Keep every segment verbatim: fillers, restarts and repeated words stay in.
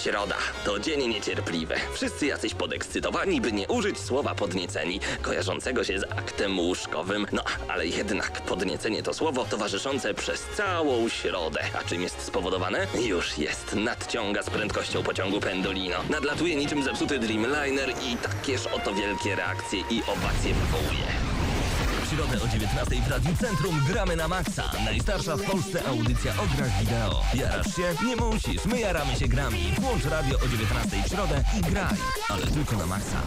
Środa to dzień niecierpliwy. Wszyscy jacyś podekscytowani, by nie użyć słowa podnieceni, kojarzącego się z aktem łóżkowym. No, ale jednak podniecenie to słowo towarzyszące przez całą środę. A czym jest spowodowane? Już jest. Nadciąga z prędkością pociągu Pendolino. Nadlatuje niczym zepsuty Dreamliner i takież oto wielkie reakcje i owacje wywołuje. W środę o dziewiętnastej w Radiu Centrum gramy na maksa. Najstarsza w Polsce audycja o grach wideo. Jarasz się? Nie musisz. My jaramy się grami. Włącz radio o dziewiętnastej w środę i graj. Ale tylko na maksa.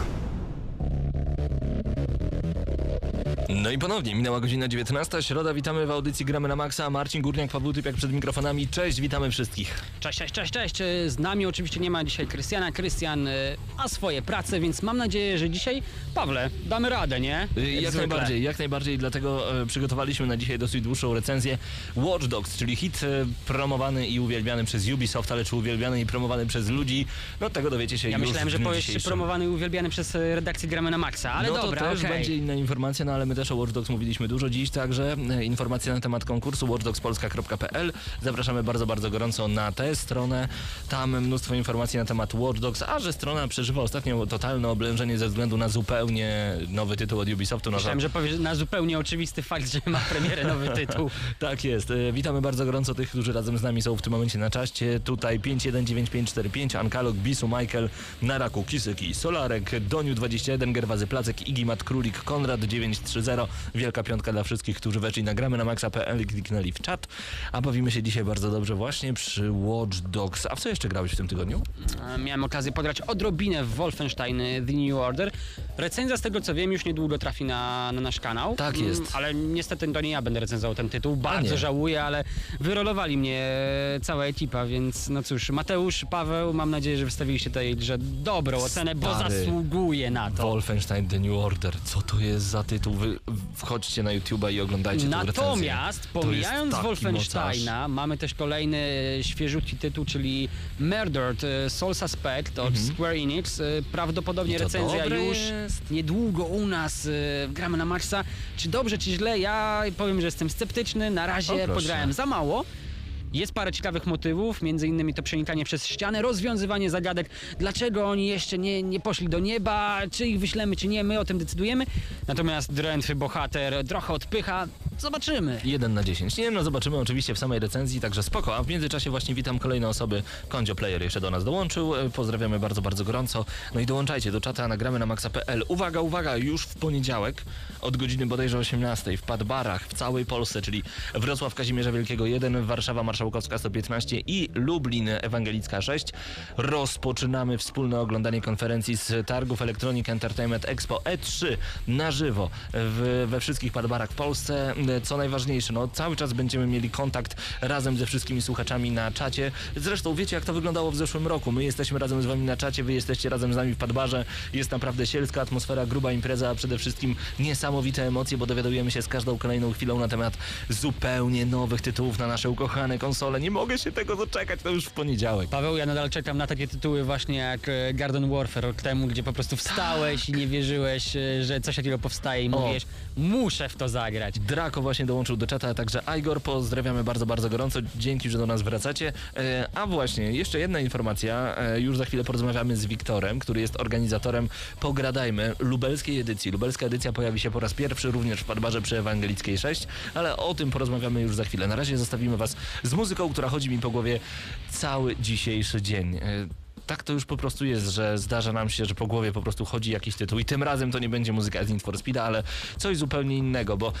No i ponownie, minęła godzina dziewiętnasta, środa, witamy w audycji Gramy na Maxa. Marcin Górniak, Paweł Typiak przed mikrofonami. Cześć, witamy wszystkich. Cześć, cześć, cześć, cześć. Z nami oczywiście nie ma dzisiaj Krystiana. Krystian ma swoje prace, więc mam nadzieję, że dzisiaj, Pawle, damy radę, nie? Jak, Jak jak najbardziej, jak najbardziej, dlatego e, przygotowaliśmy na dzisiaj dosyć dłuższą recenzję Watch Dogs, czyli hit e, promowany i uwielbiany przez Ubisoft, ale czy uwielbiany i promowany przez ludzi, no tego dowiecie się ja już myślałem, w że dniu powiesz dzisiejszym. promowany i uwielbiany przez redakcję Gramy na Maxa, ale no dobra, to też okay. będzie inna informacja, no ale my też o Watch Dogs mówiliśmy dużo dziś, także e, informacje na temat konkursu watchdogspolska kropka p l. Zapraszamy bardzo, bardzo gorąco na tę stronę. Tam mnóstwo informacji na temat Watch Dogs, a że strona przeżywa ostatnio totalne oblężenie ze względu na zupełnie nowy tytuł od Ubisoftu. Myślałem, że powiesz na zupełnie oczywisty fakt, że ma premierę nowy tytuł. Tak jest. E, witamy bardzo gorąco tych, którzy razem z nami są w tym momencie na czaście. Tutaj pięć jeden dziewięć pięć cztery pięć, Ankalog, Bisu, Michael, Naraku, Kisyki, Solarek, Doniu dwadzieścia jeden, Gerwazy Placek, Igimat, Królik, Konrad dziewięć trzy zero. Wielka piątka dla wszystkich, którzy weszli na gramy na maxa kropka p l i kliknęli w czat. A bawimy się dzisiaj bardzo dobrze właśnie przy Watch Dogs. A w co jeszcze grałeś w tym tygodniu? Miałem okazję pograć odrobinę w Wolfenstein The New Order. Recenzja, z tego co wiem, już niedługo trafi na, na nasz kanał. Tak jest. Ale niestety to nie ja będę recenzował ten tytuł. Bardzo żałuję, ale wyrolowali mnie cała ekipa, więc no cóż, Mateusz, Paweł, mam nadzieję, że wystawiliście tutaj że dobrą ocenę, bo Stary, zasługuje na to. Wolfenstein The New Order. Co to jest za tytuł? Wy wchodźcie na YouTube'a i oglądajcie tę recenzję. Natomiast pomijając Wolfensteina, mocarz. mamy też kolejny świeżutki tytuł, czyli Murdered Soul Suspect od mhm. Square Enix. Prawdopodobnie recenzja już jest. Niedługo u nas gramy na Maxa. Czy dobrze, czy źle? Ja powiem, że jestem sceptyczny. Na razie pograłem za mało. Jest parę ciekawych motywów, między innymi to przenikanie przez ścianę, rozwiązywanie zagadek, dlaczego oni jeszcze nie, nie poszli do nieba, czy ich wyślemy, czy nie, my o tym decydujemy. Natomiast drętwy bohater trochę odpycha, zobaczymy. jeden na dziesięć. Nie wiem, no zobaczymy oczywiście w samej recenzji, także spoko. A w międzyczasie właśnie witam kolejne osoby. Kondzio Player jeszcze do nas dołączył. Pozdrawiamy bardzo, bardzo gorąco. No i dołączajcie do czata, nagramy na maxa kropka p l. Uwaga, uwaga, już w poniedziałek od godziny bodajże osiemnastej w Padbarach w całej Polsce, czyli Wrocław Kazimierza Wielkiego jeden, Warszawa Marszałkowska sto piętnaście i Lublin Ewangelicka sześć. Rozpoczynamy wspólne oglądanie konferencji z targów Electronic Entertainment Expo E trzy na żywo w, we wszystkich Padbarach w Polsce. Co najważniejsze, no cały czas będziemy mieli kontakt razem ze wszystkimi słuchaczami na czacie. Zresztą wiecie, jak to wyglądało w zeszłym roku. My jesteśmy razem z wami na czacie, wy jesteście razem z nami w Padbarze. Jest naprawdę sielska atmosfera, gruba impreza, a przede wszystkim niesamowite emocje, bo dowiadujemy się z każdą kolejną chwilą na temat zupełnie nowych tytułów na nasze ukochane konsole. Nie mogę się tego doczekać, to już w poniedziałek. Paweł, ja nadal czekam na takie tytuły właśnie jak Garden Warfare rok temu, gdzie po prostu wstałeś i nie wierzyłeś, że coś takiego powstaje i mówisz, muszę w to zagrać. Draco właśnie dołączył do czata, a także Igor, pozdrawiamy bardzo, bardzo gorąco. Dzięki, że do nas wracacie. E, a właśnie, jeszcze jedna informacja. E, już za chwilę porozmawiamy z Wiktorem, który jest organizatorem Pogradajmy lubelskiej edycji. Lubelska edycja pojawi się po raz pierwszy również w Padbarze przy Ewangelickiej sześć, ale o tym porozmawiamy już za chwilę. Na razie zostawimy was z muzyką, która chodzi mi po głowie cały dzisiejszy dzień. E, Tak to już po prostu jest, że zdarza nam się, że po głowie po prostu chodzi jakiś tytuł i tym razem to nie będzie muzyka z Need for Speeda, ale coś zupełnie innego, bo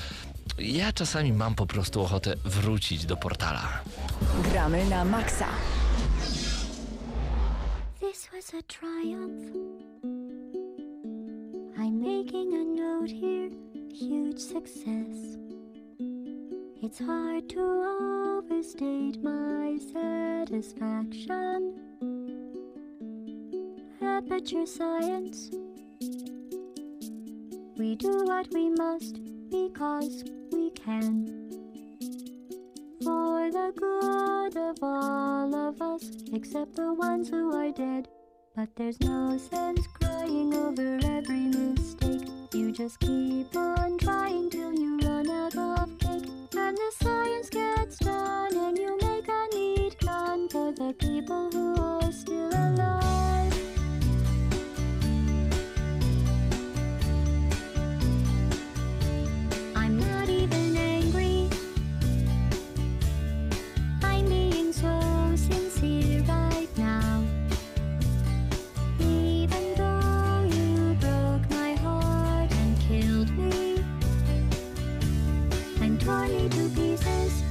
ja czasami mam po prostu ochotę wrócić do Portala. Gramy na maksa. This was a triumph. I'm making a note here, huge success. It's hard to overstate my satisfaction. Aperture science. We do what we must because we can. For the good of all of us, except the ones who are dead. But there's no sense crying over every mistake. You just keep on trying till you run out of cake. And the science gets done and you make a neat gun for the the people who are still alive. I'm not even angry. I'm being so sincere right now. Even though you broke my heart and killed me and tore me to pieces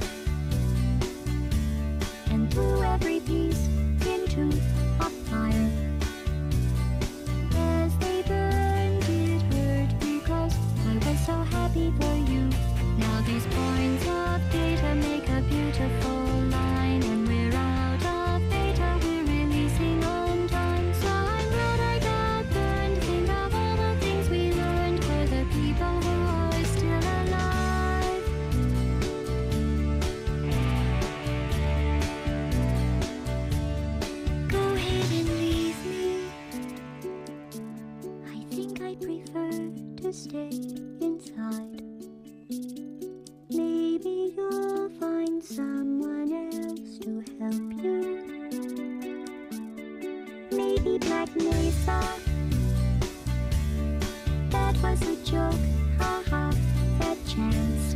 and threw every piece into a fire. As they burned, it hurt because I was so happy for you. Now these points of data make a beautiful line, and we're out of data, we're releasing on time. So I'm glad I got burned. Think of all the things we learned for the people who are still alive. Go ahead and leave me. I think I prefer to stay inside. Maybe you'll find someone else to help you. Maybe Black Mesa. That was a joke, haha, that chance.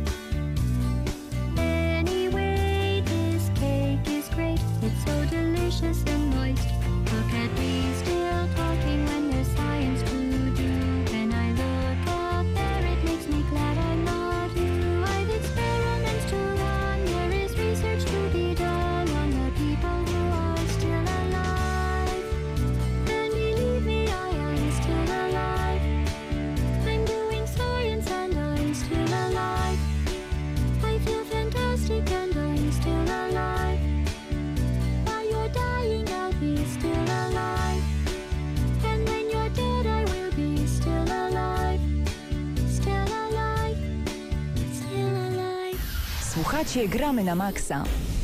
Anyway, this cake is great. It's so delicious and moist. Look at me still talking when there's science to do. When I look up there, it makes me glad I'm not you. I've experiments to run. There is research to be done on the people who are still alive. And believe me, I am still alive. I'm doing science and I'm still alive. I feel fantastic and I'm still alive. While you're dying, I'll be still alive. And when you're dead, I will be still alive. Still alive. Still alive. Słuchacie Gramy na Maxa.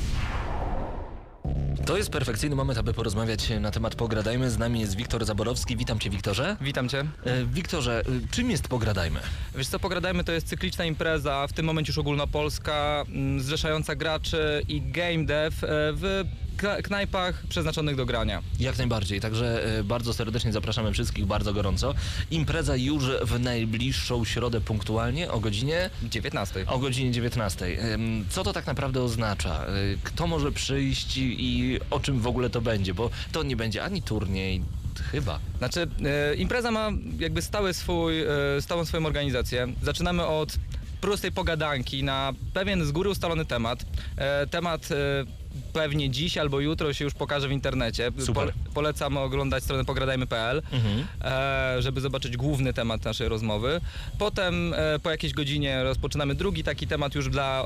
To jest perfekcyjny moment, aby porozmawiać na temat Pogradajmy. Z nami jest Wiktor Zaborowski. Witam cię, Wiktorze. Witam cię. E, Wiktorze, e, czym jest Pogradajmy? Wiesz co, Pogradajmy to jest cykliczna impreza, w tym momencie już ogólnopolska, m, zrzeszająca graczy i game dev e, w kla- knajpach przeznaczonych do grania. Jak najbardziej, także e, bardzo serdecznie zapraszamy wszystkich, bardzo gorąco. Impreza już w najbliższą środę punktualnie o godzinie... dziewiętnastej. O godzinie dziewiętnastej. Ym, Co to tak naprawdę oznacza? Y, Kto może przyjść i o czym w ogóle to będzie? Bo to nie będzie ani turniej, chyba. Znaczy, e, impreza ma jakby stały swój, e, stałą swoją organizację. Zaczynamy od prostej pogadanki na pewien z góry ustalony temat. E, temat e, pewnie dziś albo jutro się już pokaże w internecie. Super. Polecam oglądać stronę pogradajmy kropka p l, Mhm. e, żeby zobaczyć główny temat naszej rozmowy. Potem e, po jakiejś godzinie rozpoczynamy drugi taki temat już dla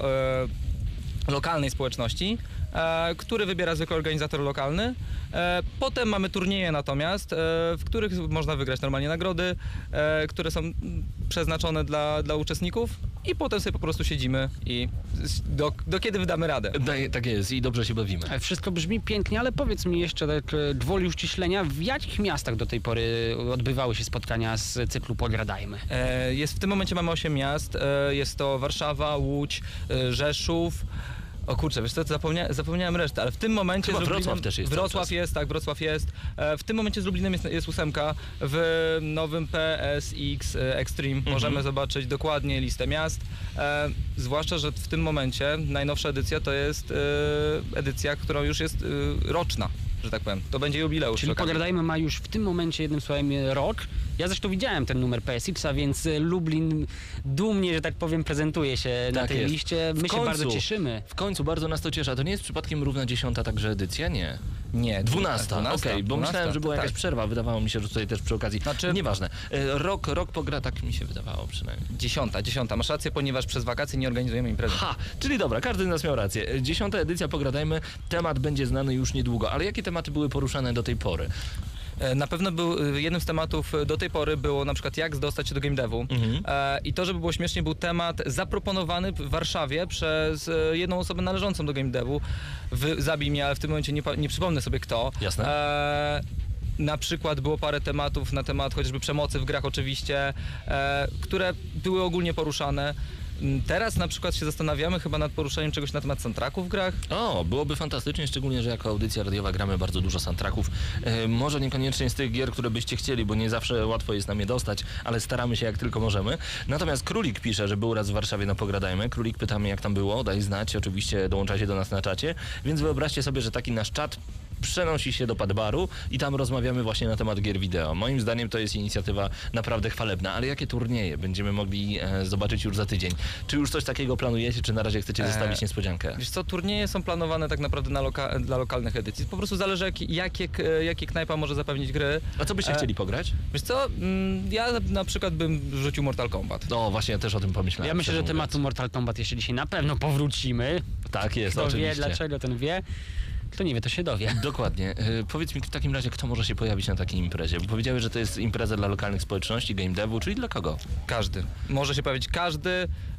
e, lokalnej społeczności, e, który wybiera zwykły organizator lokalny. E, potem mamy turnieje natomiast, e, w których można wygrać normalnie nagrody, e, które są mm, przeznaczone dla, dla uczestników, i potem sobie po prostu siedzimy i s- do, do kiedy wydamy radę. Daj, tak jest i dobrze się bawimy. E, Wszystko brzmi pięknie, ale powiedz mi jeszcze tak e, gwoli uściślenia, w jakich miastach do tej pory odbywały się spotkania z cyklu Pogradajmy? E, Jest, w tym momencie mamy osiem miast. E, Jest to Warszawa, Łódź, e, Rzeszów. O kurczę, wiesz co, zapomnia, zapomniałem resztę, ale w tym momencie... Chyba z Lublinem- Wrocław też jest cały Wrocław czas. jest, tak, Wrocław jest. E, W tym momencie z Lublinem jest, jest ósemka. W nowym P S X Extreme Mhm. możemy zobaczyć dokładnie listę miast. E, zwłaszcza, że w tym momencie najnowsza edycja to jest e, edycja, która już jest e, roczna, że tak powiem. To będzie jubileusz. Czyli lokalny. Pogradajmy ma już w tym momencie jednym słowem rok. Ja zresztą widziałem ten numer P S X a, więc e, Lublin dumnie, że tak powiem, prezentuje się na Tak tej jest. liście. My W się końcu. bardzo cieszymy. W końcu bardzo nas to cieszy. A to nie jest przypadkiem równa dziesiąta także edycja? Nie. Nie, Dwunasta, dwunasta, okej, bo dwunasta, myślałem, że była tak. jakaś przerwa. Wydawało mi się, że tutaj też przy okazji. Znaczy- Nieważne. E, Rok, rok pogra, tak mi się wydawało przynajmniej. Dziesiąta, dziesiąta. Masz rację, ponieważ przez wakacje nie organizujemy imprezy. Ha, czyli dobra, każdy z nas miał rację. E, Dziesiąta edycja Pogradajmy, temat będzie znany już niedługo. Ale jakie tematy były poruszane do tej pory? E, Na pewno był, e, jednym z tematów e, do tej pory było na przykład jak dostać się do game devu. Mhm. E, I to, żeby było śmiesznie, był temat zaproponowany w Warszawie przez e, jedną osobę należącą do game devu. Wy, zabij mnie, ale w tym momencie nie, pa- nie przypomnę sobie kto. Jasne. E, Na przykład było parę tematów na temat chociażby przemocy w grach oczywiście, e, które były ogólnie poruszane. Teraz na przykład się zastanawiamy chyba nad poruszaniem czegoś na temat soundtracków w grach. O, byłoby fantastycznie, szczególnie, że jako audycja radiowa gramy bardzo dużo soundtracków. E, może niekoniecznie z tych gier, które byście chcieli, bo nie zawsze łatwo jest nam je dostać, ale staramy się jak tylko możemy. Natomiast Królik pisze, że był raz w Warszawie na Pogradajmy. Królik, pytamy jak tam było, daj znać, oczywiście dołączajcie do nas na czacie, więc wyobraźcie sobie, że taki nasz czat przenosi się do Padbaru i tam rozmawiamy właśnie na temat gier wideo. Moim zdaniem to jest inicjatywa naprawdę chwalebna, ale jakie turnieje będziemy mogli e, zobaczyć już za tydzień? Czy już coś takiego planujecie, czy na razie chcecie zostawić niespodziankę? Wiesz co, turnieje są planowane tak naprawdę na loka- dla lokalnych edycji. Po prostu zależy jak, jakie, k- jakie knajpa może zapewnić gry. A co byście E, chcieli pograć? Wiesz co, mm, ja na przykład bym wrzucił Mortal Kombat. No właśnie, ja też o tym pomyślałem. Ja myślę, że szczerze tematu mówiąc. Mortal Kombat jeszcze dzisiaj na pewno powrócimy. Tak jest, Kto oczywiście. wie, dlaczego ten wie. Kto nie wie, to się dowie. Dokładnie. E, powiedz mi w takim razie, kto może się pojawić na takiej imprezie? Bo powiedziałeś, że to jest impreza dla lokalnych społeczności, game devu, czyli dla kogo? Każdy. Może się pojawić każdy,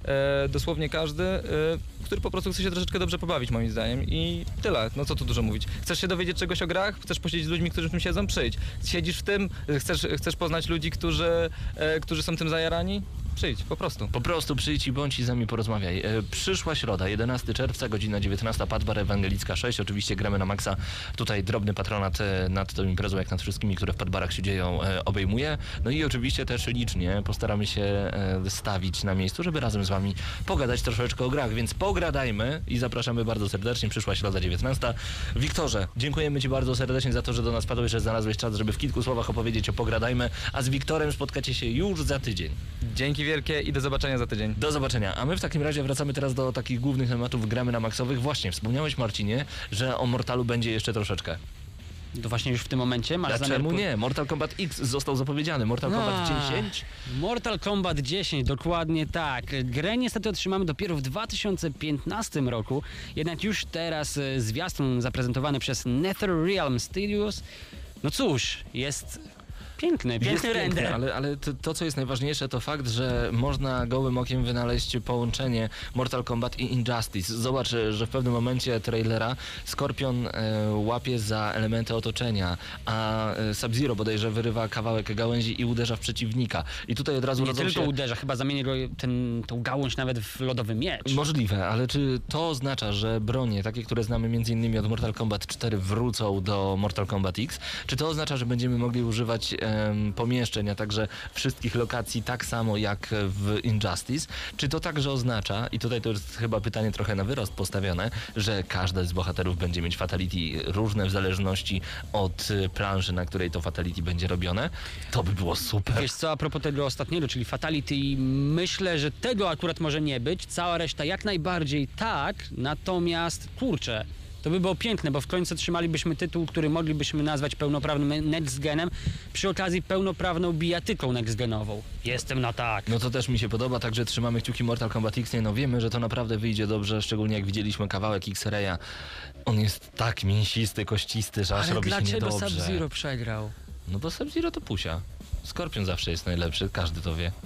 e, dosłownie każdy, e, który po prostu chce się troszeczkę dobrze pobawić moim zdaniem i tyle. No co tu dużo mówić. Chcesz się dowiedzieć czegoś o grach? Chcesz posiedzieć z ludźmi, którzy w tym siedzą? Przyjdź. Siedzisz w tym? Chcesz, chcesz poznać ludzi, którzy, e, którzy są tym zajarani? Przyjdź, po prostu. Po prostu przyjdź i bądź i z nami porozmawiaj. E, przyszła środa, jedenastego czerwca, godzina dziewiętnasta, Padbar Ewangelicka sześć. Oczywiście gramy na maksa. Tutaj drobny patronat e, nad tą imprezą, jak nad wszystkimi, które w Padbarach się dzieją, e, obejmuje. No i oczywiście też licznie postaramy się e, stawić na miejscu, żeby razem z wami pogadać troszeczkę o grach. Więc pogradajmy i zapraszamy bardzo serdecznie. Przyszła środa, dziewiętnasta. Wiktorze, dziękujemy ci bardzo serdecznie za to, że do nas padłeś, że znalazłeś czas, żeby w kilku słowach opowiedzieć o Pogradajmy, a z Wiktorem spotkacie się już za tydzień. Dzięki wielkie i do zobaczenia za tydzień. Do zobaczenia. A my w takim razie wracamy teraz do takich głównych tematów gramy na maksowych. Właśnie, wspomniałeś, Marcinie, że o Mortalu będzie jeszcze troszeczkę. To właśnie już w tym momencie masz zamiar... Dlaczego po- nie? Mortal Kombat X został zapowiedziany. Mortal Kombat A, dziesięć? Mortal Kombat dziesięć, dokładnie tak. Grę niestety otrzymamy dopiero w dwa tysiące piętnastym roku, jednak już teraz e, zwiastun zaprezentowany przez NetherRealm Studios. No cóż, jest piękny, piękny Jest render. piękny, ale, ale to, to, co jest najważniejsze, to fakt, że można gołym okiem wynaleźć połączenie Mortal Kombat i Injustice. Zobacz, że w pewnym momencie trailera Skorpion e, łapie za elementy otoczenia, a e, Sub-Zero bodajże wyrywa kawałek gałęzi i uderza w przeciwnika. I tutaj od razu Nie rodzą tylko się... uderza, chyba zamieni go ten, tą gałąź nawet w lodowy miecz. Możliwe, ale czy to oznacza, że bronie, takie, które znamy między innymi od Mortal Kombat cztery, wrócą do Mortal Kombat X? Czy to oznacza, że będziemy mogli używać em, pomieszczeń, a także wszystkich lokacji tak samo jak w Injustice? Czy to także oznacza, i tutaj to jest chyba pytanie trochę na wyrost postawione, że każdy z bohaterów będzie mieć fatality różne w zależności od y, planszy, na której to fatality będzie robione? To by było super. Wiesz co, a propos tego ostatniego, czyli Fatality, myślę, że tego akurat może nie być, cała reszta jak najbardziej tak, natomiast kurczę, to by było piękne, bo w końcu trzymalibyśmy tytuł, który moglibyśmy nazwać pełnoprawnym next-genem, przy okazji pełnoprawną bijatyką next-genową. Jestem na tak. No to też mi się podoba, także trzymamy kciuki Mortal Kombat X. No wiemy, że to naprawdę wyjdzie dobrze, szczególnie jak widzieliśmy kawałek X-Raya. On jest tak mięsisty, kościsty, że aż Ale robi się dlaczego niedobrze. Sub-Zero przegrał? No bo Sub-Zero to pusia. Skorpion zawsze jest najlepszy, każdy to wie.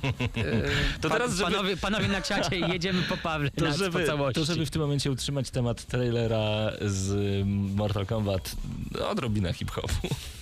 To Pa- teraz, żeby, panowie, panowie na czacie, jedziemy po Pawle to, na, żeby, po całości. to żeby w tym momencie utrzymać temat trailera z Mortal Kombat, no, odrobinę hip-hopu.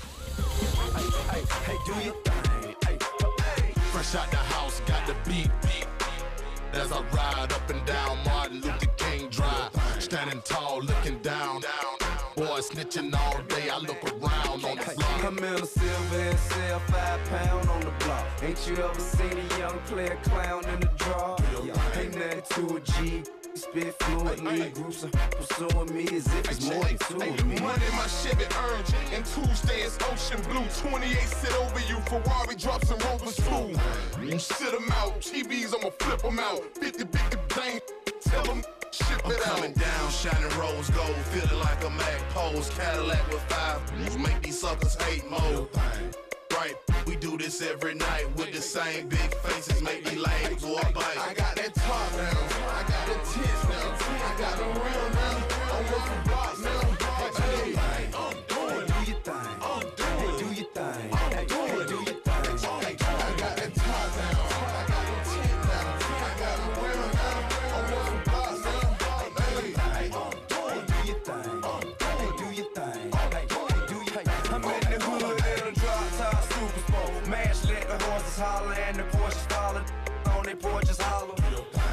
Hey, do your thing. Hey, hey. Fresh out the house, got the beat. As I ride up and down Martin Luther King Drive, standing tall, looking down. Boy, snitching all day. I look around on the block. I'm in a silver and sell five pound on the block. Ain't you ever seen a young player clown in the draw? Ain't nothing to a G. Spit fluently, groups are pursuing me as if it's more than two of me. Money my Chevy earned, and Tuesday is ocean blue. twenty-eight sit over you, Ferrari drops and Rover smooth. You sit them out, T Vs I'ma flip them out. fifty fifty bang, tell them ship I'm it out. coming down, shining rose gold, feeling like a Mac pose. Cadillac with five, make these suckers hate mode. Right, we do this every night with the same big faces, make me lame, go up bite. I got that top now, I got the tits now, I got the real now, I'm working blocks now. Hey, hey, I'm doing it. Do your thing. I'm doing it. Do your thing. I'm Hey, doing hey, it. do your thing. Hey, I got that top now, I got the tits now, I got the real now, I'm working blocks now. Hey, hey, I'm doing it. Do your thing. Hey, do your thing. Hey, hey, do your thing. I'm in the hood in a drop top super sport. Mash let the horses holler and the Porsche stalling on their porches holler.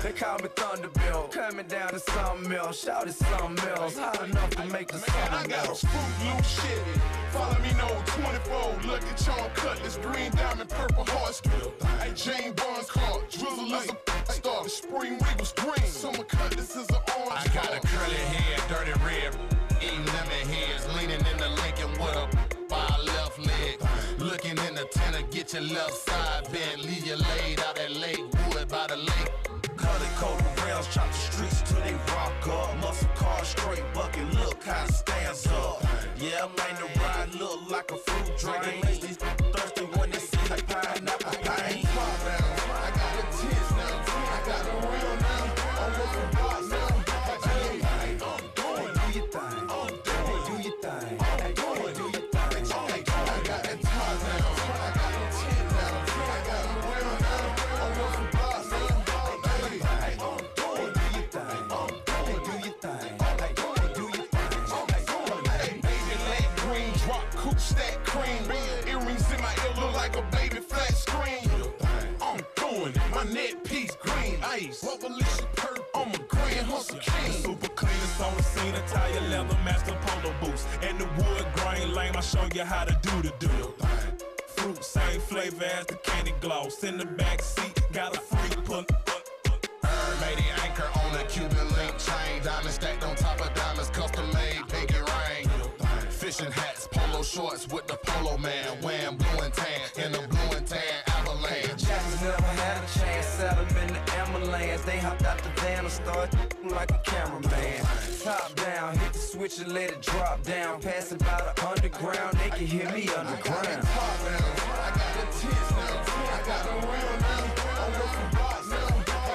They call me Thunderbolt, coming down to something else. Shout it something else, hot enough to make the Man, I sun got a melt. Fruit Loop Chevy. Follow me, no twenty-four. Lucky Charm Cutlass, green diamond, purple heart skill. Hey, Jane Barnes car, Drizzle is a star. Spring Regal's green, Summer Cutlass is an orange. I got a curly head, dirty red, eating lemon heads, leaning in the Lincoln with a by left leg. Looking in the tenor, get your left side bent. Leave you laid out at Lake Wood by the lake. Color coded rails, chop the streets till they rock up. Muscle car, straight bucket, look how it stands up. Yeah, man, the ride look like a fruit drink. Makes these thirsty when they see the pineapple pain. I got a tits now, I got a real now. I'm looking box now. Do your thing, do your thing, hey, do your thing. I got that top now, I got a tit now, I got a real now. I'm looking box now. Do your thing, do your thing, hey, do your thing. Hey, baby, let green drop, coupe stack cream. Earrings in my ear look like a baby flat screen. I'm doing it, my neck piece green ice. Revolution perk, I'm a grand hustle king. Super cleanest on the scene, Italian leather master polo boots. And the wood grain lame, I show you how to do the do. Fruit, same flavor as the candy gloss. In the back seat, got a free put. Made the anchor on a Cuban link chain. Diamond stacked on top of diamonds, custom made, pinky rain. Fishing hats, polo shorts with the polo man. Wearing blue and tan in the blue and tan avalanche. Jacksons never had a chance, set them in the ambulance. They hopped out the van and started like a cameraman. Top down, hit the switch and let it drop down. Pass it by the underground, they can hear me underground. Top down, I got the tits now, I got a real now. I'm looking box now.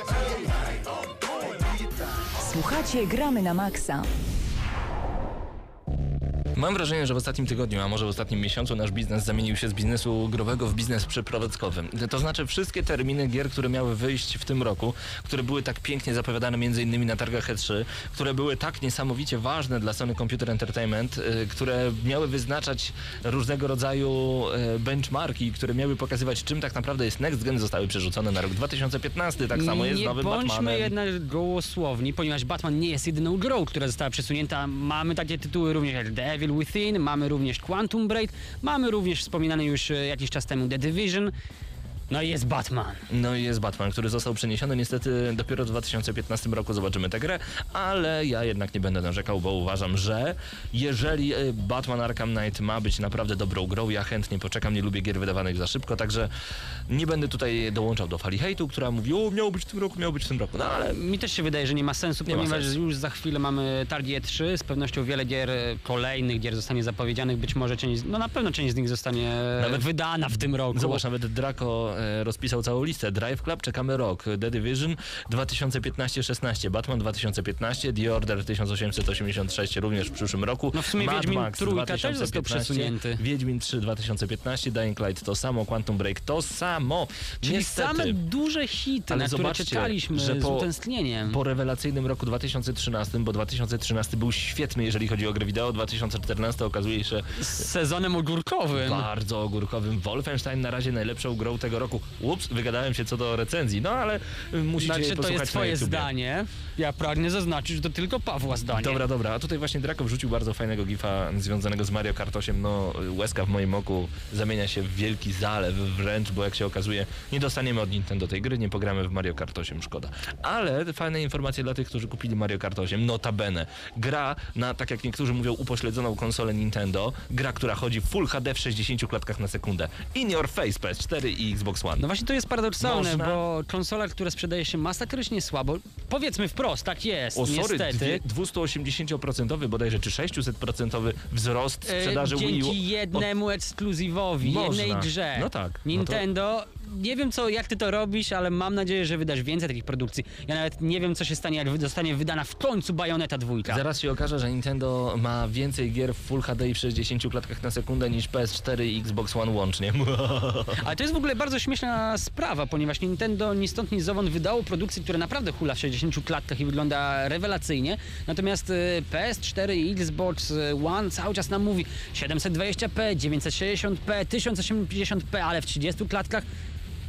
Słuchacie Gramy na Maxa. Mam wrażenie, że w ostatnim tygodniu, a może w ostatnim miesiącu nasz biznes zamienił się z biznesu growego w biznes przeprowadzkowy. To znaczy wszystkie terminy gier, które miały wyjść w tym roku, które były tak pięknie zapowiadane między innymi na targach E trzy, które były tak niesamowicie ważne dla Sony Computer Entertainment, y, które miały wyznaczać różnego rodzaju y, benchmarki, które miały pokazywać, czym tak naprawdę jest Next Gen, zostały przerzucone na rok dwa tysiące piętnasty. Tak samo jest z nowym Nie bądźmy Batmanem. jednak gołosłowni, ponieważ Batman nie jest jedyną grą, która została przesunięta. Mamy takie tytuły również jak Devil Within, mamy również Quantum Break, mamy również wspominany już jakiś czas temu The Division. No i jest Batman. No i jest Batman, który został przeniesiony niestety dopiero w dwa tysiące piętnastym roku zobaczymy tę grę, ale ja jednak nie będę narzekał, bo uważam, że jeżeli Batman Arkham Knight ma być naprawdę dobrą grą, ja chętnie poczekam, nie lubię gier wydawanych za szybko, także nie będę tutaj dołączał do fali hejtu, która mówi, o miało być w tym roku, miało być w tym roku, no ale... Mi też się wydaje, że nie ma sensu, Nie ma ponieważ sensu. już za chwilę mamy targi E trzy, z pewnością wiele gier, kolejnych gier zostanie zapowiedzianych, być może część, no na pewno część z nich zostanie Nawet- wydana w tym roku. Zobacz, nawet Draco e, rozpisał całą listę. Drive Club, czekamy rok. The Division dwa tysiące piętnaście szesnaście, Batman dwa tysiące piętnaście, The Order tysiąc osiemset osiemdziesiąt sześć również w przyszłym roku. No w sumie Mad Wiedźmin Max trójka też dwa tysiące został piętnaście, przesunięty. Wiedźmin trzy dwa tysiące piętnaście, Dying Light to samo, Quantum Break to samo. Czyli Niestety, same duże hity, ale na które zobaczcie, czekaliśmy że z po- utęsknieniem. po rewelacyjnym roku dwa tysiące trzynastym, bo dwa tysiące trzynasty był świetny, jeżeli chodzi o gry wideo, dwa tysiące czternasty okazuje się Z sezonem ogórkowym. bardzo ogórkowym. Wolfenstein na razie najlepszą grą tego roku. Ups, wygadałem się co do recenzji, no ale y, musicie Znaczy, jej to posłuchać jest twoje na YouTubie. zdanie. Ja pragnę zaznaczyć, że to tylko Pawła zdanie. Dobra, dobra, a tutaj właśnie Draco wrzucił bardzo fajnego gifa związanego z Mario Kart osiem. No, łezka w moim oku zamienia się w wielki zalew wręcz, bo jak się okazuje, nie dostaniemy od Nintendo tej gry, nie pogramy w Mario Kart osiem, szkoda. Ale fajne informacje dla tych, którzy kupili Mario Kart osiem, notabene. Gra na, tak jak niektórzy mówią, upośledzoną konsolę Nintendo, gra, która chodzi w Full H D w sześćdziesięciu klatkach na sekundę. In your face, P S cztery i Xbox One. No właśnie to jest paradoksalne, Można. bo konsola, która sprzedaje się masakrycznie słabo, powiedzmy wprost, tak jest, O sorry, niestety. dwieście osiemdziesiąt procent bodajże, czy sześćset procent wzrost E, sprzedaży Wii U. Dzięki jednemu ekskluzywowi, Można. jednej grze. No tak, no to- Nintendo, nie wiem co, jak ty to robisz, ale mam nadzieję, że wydasz więcej takich produkcji. Ja nawet nie wiem, co się stanie, jak wy- zostanie wydana w końcu Bayonetta dwójka. Zaraz się okaże, że Nintendo ma więcej gier w Full H D i w sześćdziesięciu klatkach na sekundę niż P S cztery i Xbox One łącznie. Ale to jest w ogóle bardzo śmieszna sprawa, ponieważ Nintendo ni stąd ni zowąd wydało produkcję, która naprawdę hula w sześćdziesięciu klatkach i wygląda rewelacyjnie. Natomiast y, P S cztery i Xbox One cały czas nam mówi siedemset dwadzieścia p, dziewięćset sześćdziesiąt p, tysiąc osiemdziesiąt p, ale w trzydziestu klatkach.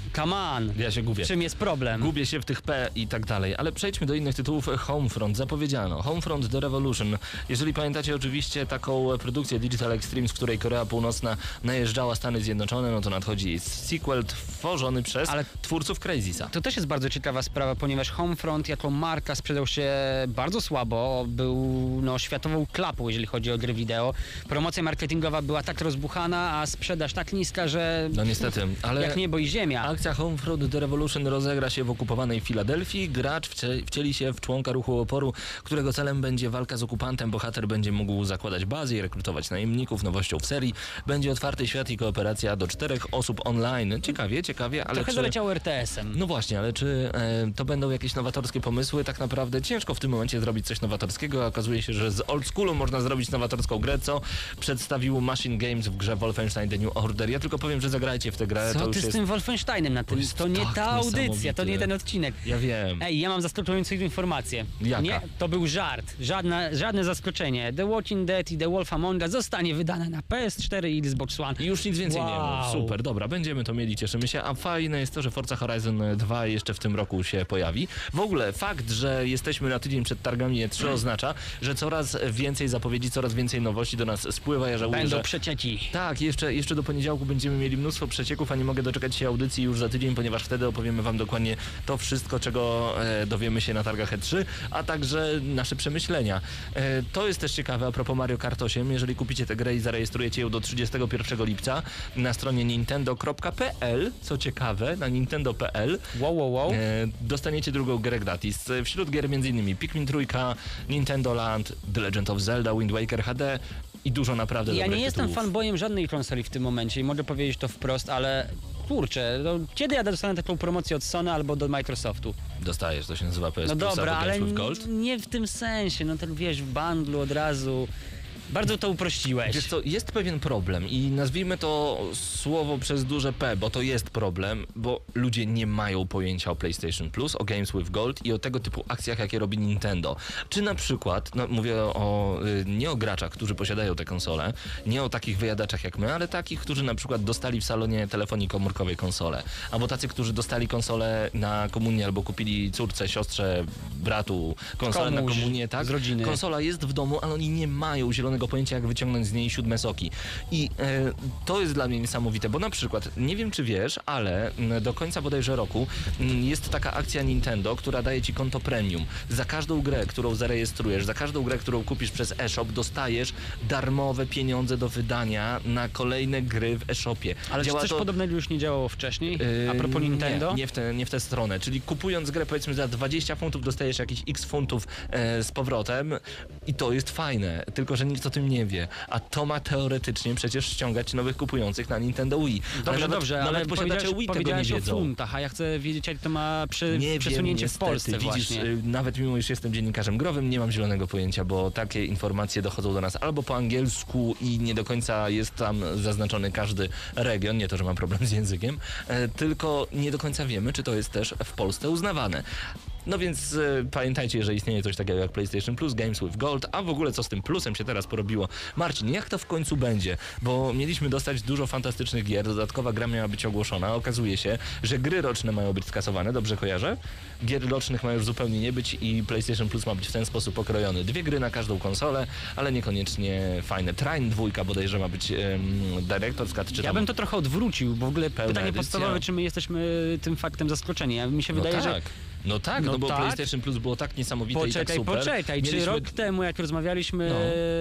Come on. Ja się gubię. W czym jest problem? Gubię się w tych P i tak dalej, ale przejdźmy do innych tytułów. Homefront, zapowiedziano. Homefront The Revolution. Jeżeli pamiętacie oczywiście taką produkcję Digital Extremes, w której Korea Północna najeżdżała Stany Zjednoczone, no to nadchodzi sequel tworzony przez Ale twórców Crazysa. To też jest bardzo ciekawa sprawa, ponieważ Homefront jako marka sprzedał się bardzo słabo. Był no, światową klapą, jeżeli chodzi o gry wideo. Promocja marketingowa była tak rozbuchana, a sprzedaż tak niska, że No niestety, ale jak niebo i ziemia. akcja Homefront The Revolution rozegra się w okupowanej Filadelfii. Gracz wcie- wcieli się w członka ruchu oporu, którego celem będzie walka z okupantem. Bohater będzie mógł zakładać bazy i rekrutować najemników. Nowością w serii będzie otwarty świat i kooperacja do czterech osób online. Ciekawie, ciekawie, ale Trochę czy... zaleciało R T S-em. No właśnie, ale czy e, to będą jakieś nowatorskie pomysły? Tak naprawdę ciężko w tym momencie zrobić coś nowatorskiego. Okazuje się, że z old schoolu można zrobić nowatorską grę, co przedstawił Machine Games w grze Wolfenstein The New Order. Ja tylko powiem, że zagrajcie w tę grę. Co to już ty z jest... tym Wolfensteinem na tym? jest To nie tak ta audycja, to niesamowite. nie ten odcinek. Ja wiem. Ej, ja mam zaskakującą informację. Jaka? Nie, to był żart. Żadna, żadne zaskoczenie. The Walking Dead i The Wolf Among Us zostanie wydane na P S cztery i Xbox One. I już nic więcej nie Wow. mów. Super, dobra, będziemy to mieli, cieszymy się. A fajne jest to, że Forza Horizon dwa jeszcze w tym roku się pojawi. W ogóle fakt, że jesteśmy na tydzień przed targami E trzy oznacza, że coraz więcej zapowiedzi, coraz więcej nowości do nas spływa. Ja żałuję, Będą że... przecieci. Tak, jeszcze, jeszcze do poniedziałku będziemy mieli mnóstwo przecieków, a nie mogę doczekać się audycji już za tydzień, ponieważ wtedy opowiemy wam dokładnie to wszystko, czego e, dowiemy się na targach E trzy, a także nasze przemyślenia. E, to jest też ciekawe a propos Mario Kart osiem. Jeżeli kupicie tę grę i zarejestrujecie ją do trzydziestego pierwszego lipca na stronie nintendo kropka p l, co ciekawe, na nintendo kropka p l, Wow, wow, wow. e, dostaniecie drugą grę gratis. E, Wśród gier m.in. Pikmin trzy, Nintendo Land, The Legend of Zelda, Wind Waker H D i dużo naprawdę Ja dobrych nie jestem tytułów. fanboyem żadnej konsoli w tym momencie i mogę powiedzieć to wprost, ale kurczę, no, kiedy ja dostanę taką promocję od Sony albo do Microsoftu? Dostajesz, to się nazywa P S No Plus dobra, albo ale Games with Gold. n- nie w tym sensie, no tak wiesz, w bundlu od razu. Bardzo to uprościłeś. Wiesz co, jest pewien problem i nazwijmy to słowo przez duże P, bo to jest problem, bo ludzie nie mają pojęcia o PlayStation Plus, o Games with Gold i o tego typu akcjach, jakie robi Nintendo. Czy na przykład, no mówię o, y, nie o graczach, którzy posiadają te konsole, nie o takich wyjadaczach jak my, ale takich, którzy na przykład dostali w salonie telefonii komórkowej konsolę, albo tacy, którzy dostali konsolę na komunię, albo kupili córce, siostrze, bratu konsolę na Komuś komunię, tak? z rodziny. Konsola jest w domu, ale oni nie mają zielonego pojęcia, jak wyciągnąć z niej siódme soki. I e, to jest dla mnie niesamowite, bo na przykład, nie wiem czy wiesz, ale m, do końca bodajże roku m, jest taka akcja Nintendo, która daje ci konto premium. Za każdą grę, którą zarejestrujesz, za każdą grę, którą kupisz przez eShop, dostajesz darmowe pieniądze do wydania na kolejne gry w eShopie. Ale czy Działa coś to- podobnego już nie działało wcześniej? A Yy, propos Nintendo? Nie, nie, w tę, nie w tę stronę. Czyli kupując grę powiedzmy za dwadzieścia funtów dostajesz jakieś x funtów e, z powrotem i to jest fajne, tylko że nikt o tym nie wie. A to ma teoretycznie przecież ściągać nowych kupujących na Nintendo Wii. Dobrze, ale nawet, dobrze, nawet ale posiadacze powiedziałeś, Wii tego nie powiedziałeś o wiedzą. funtach, a ja chcę wiedzieć, jak to ma prze, Nie przesunięcie wiem, w Polsce niestety. Widzisz, właśnie. y, nawet mimo, iż jestem dziennikarzem growym, nie mam zielonego pojęcia, bo takie informacje dochodzą do nas albo po angielsku i nie do końca jest tam zaznaczony każdy region, nie to, że mam problem z językiem, e, tylko nie do końca wiemy, czy to jest też w Polsce uznawane. No więc e, pamiętajcie, że istnieje coś takiego jak PlayStation Plus, Games with Gold, a w ogóle co z tym plusem się teraz porobiło. Marcin, jak to w końcu będzie? Bo mieliśmy dostać dużo fantastycznych gier, dodatkowa gra miała być ogłoszona, okazuje się, że gry roczne mają być skasowane, dobrze kojarzę? Gier rocznych ma już zupełnie nie być i PlayStation Plus ma być w ten sposób pokrojony. Dwie gry na każdą konsolę, ale niekoniecznie fajne. Train dwójka bodajże ma być um, Director's Cut, czy Ja tam... bym to trochę odwrócił, w ogóle Pełna pytanie edycja. podstawowe, czy my jesteśmy tym faktem zaskoczeni. Ja mi się No wydaje, tak. że No tak, no, No bo tak. PlayStation Plus było tak niesamowite i tak Poczekaj, super. poczekaj, czy Mieliśmy- rok temu, jak rozmawialiśmy, No.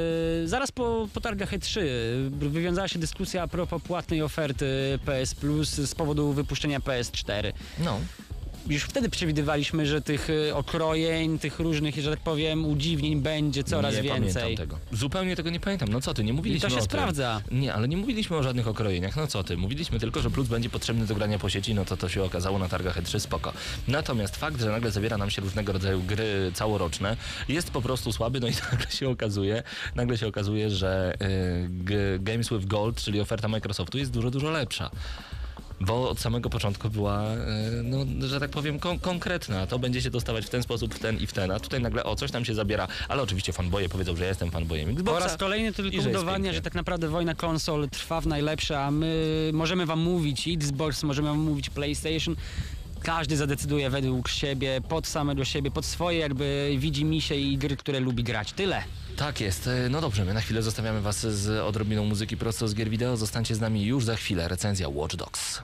e, zaraz po, po targach E trzy, wywiązała się dyskusja a propos płatnej oferty P S Plus z powodu wypuszczenia P S cztery. No. Już wtedy przewidywaliśmy, że tych e, okrojeń, tych różnych, że tak powiem, udziwnień będzie coraz nie więcej. pamiętam tego. Zupełnie tego nie pamiętam. No co ty, nie mówiliśmy I to się o sprawdza. tym. Nie, ale nie mówiliśmy o żadnych okrojeniach. No co ty, mówiliśmy tylko, że Plus będzie potrzebny do grania po sieci, no to to się okazało na targach E trzy, spoko. Natomiast fakt, że nagle zawiera nam się różnego rodzaju gry całoroczne, jest po prostu słaby, no i nagle się okazuje, nagle się okazuje, że y, G- Games with Gold, czyli oferta Microsoftu jest dużo, dużo lepsza. bo od samego początku była, e, no, że tak powiem, kon- konkretna. To będzie się dostawać w ten sposób, w ten i w ten, a tutaj nagle o coś tam się zabiera, ale oczywiście fanboye powiedzą, że ja jestem fanboyem Xboxa. Po raz kolejny to i tylko że jest udowadnia, pięknie. że tak naprawdę wojna konsol trwa w najlepsze, a my możemy wam mówić Xbox, możemy wam mówić PlayStation. Każdy zadecyduje według siebie, pod samego siebie, pod swoje jakby widzi misie i gry, które lubi grać. Tyle. Tak jest. E, No dobrze, my na chwilę zostawiamy was z odrobiną muzyki prosto z gier wideo. Zostańcie z nami już za chwilę. Recenzja Watch Dogs.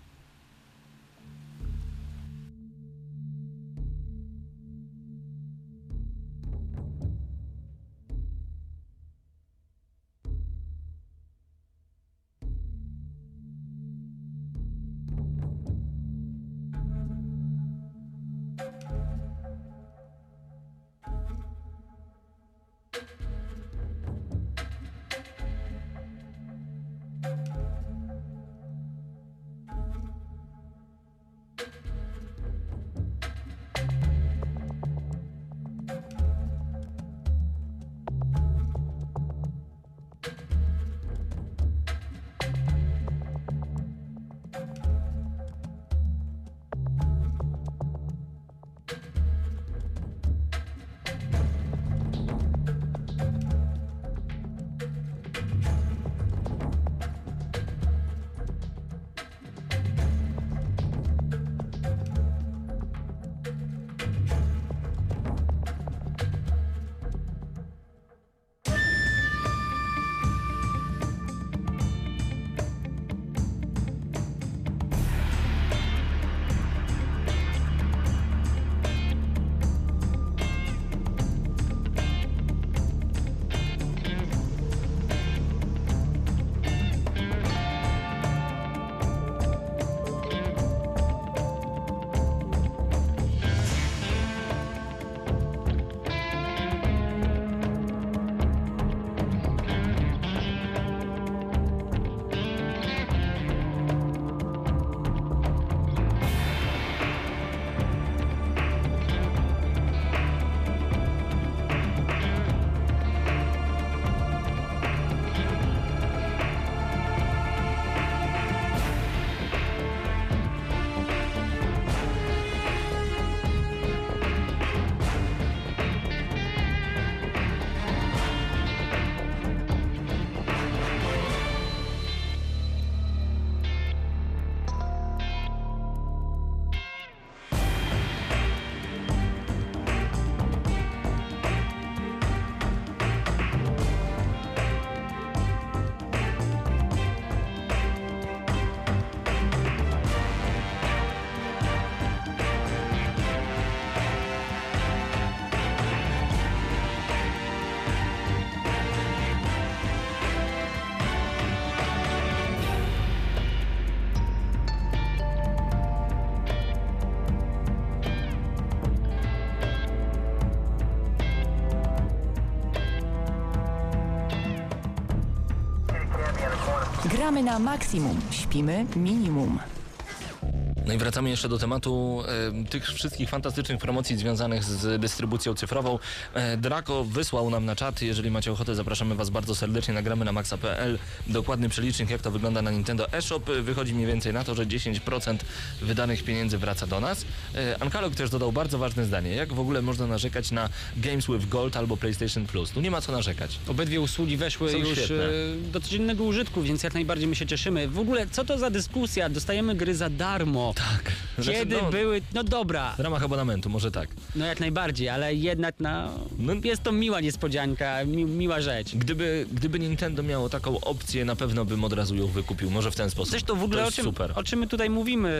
Gramy na maksimum, śpimy minimum. No i wracamy jeszcze do tematu e, tych wszystkich fantastycznych promocji związanych z dystrybucją cyfrową. E, Draco wysłał nam na czat, jeżeli macie ochotę, zapraszamy was bardzo serdecznie, nagramy na maxa kropka p l. Dokładny przelicznik, jak to wygląda na Nintendo eShop. Wychodzi mniej więcej na to, że dziesięć procent wydanych pieniędzy wraca do nas. E, Ankalog też dodał bardzo ważne zdanie. Jak w ogóle można narzekać na Games with Gold albo PlayStation Plus? Tu nie ma co narzekać. Obydwie usługi weszły Są już świetne. e, do codziennego użytku, więc jak najbardziej my się cieszymy. W ogóle, co to za dyskusja? Dostajemy gry za darmo. Tak. Kiedy Znaczy, no, były... No dobra, w ramach abonamentu, może tak. no jak najbardziej, ale jednak no, No, jest to miła niespodzianka, mi, miła rzecz. Gdyby, gdyby Nintendo miało taką opcję, na pewno bym od razu ją wykupił. Może w ten sposób. Zresztą w ogóle to o jest czym, super. o czym my tutaj mówimy?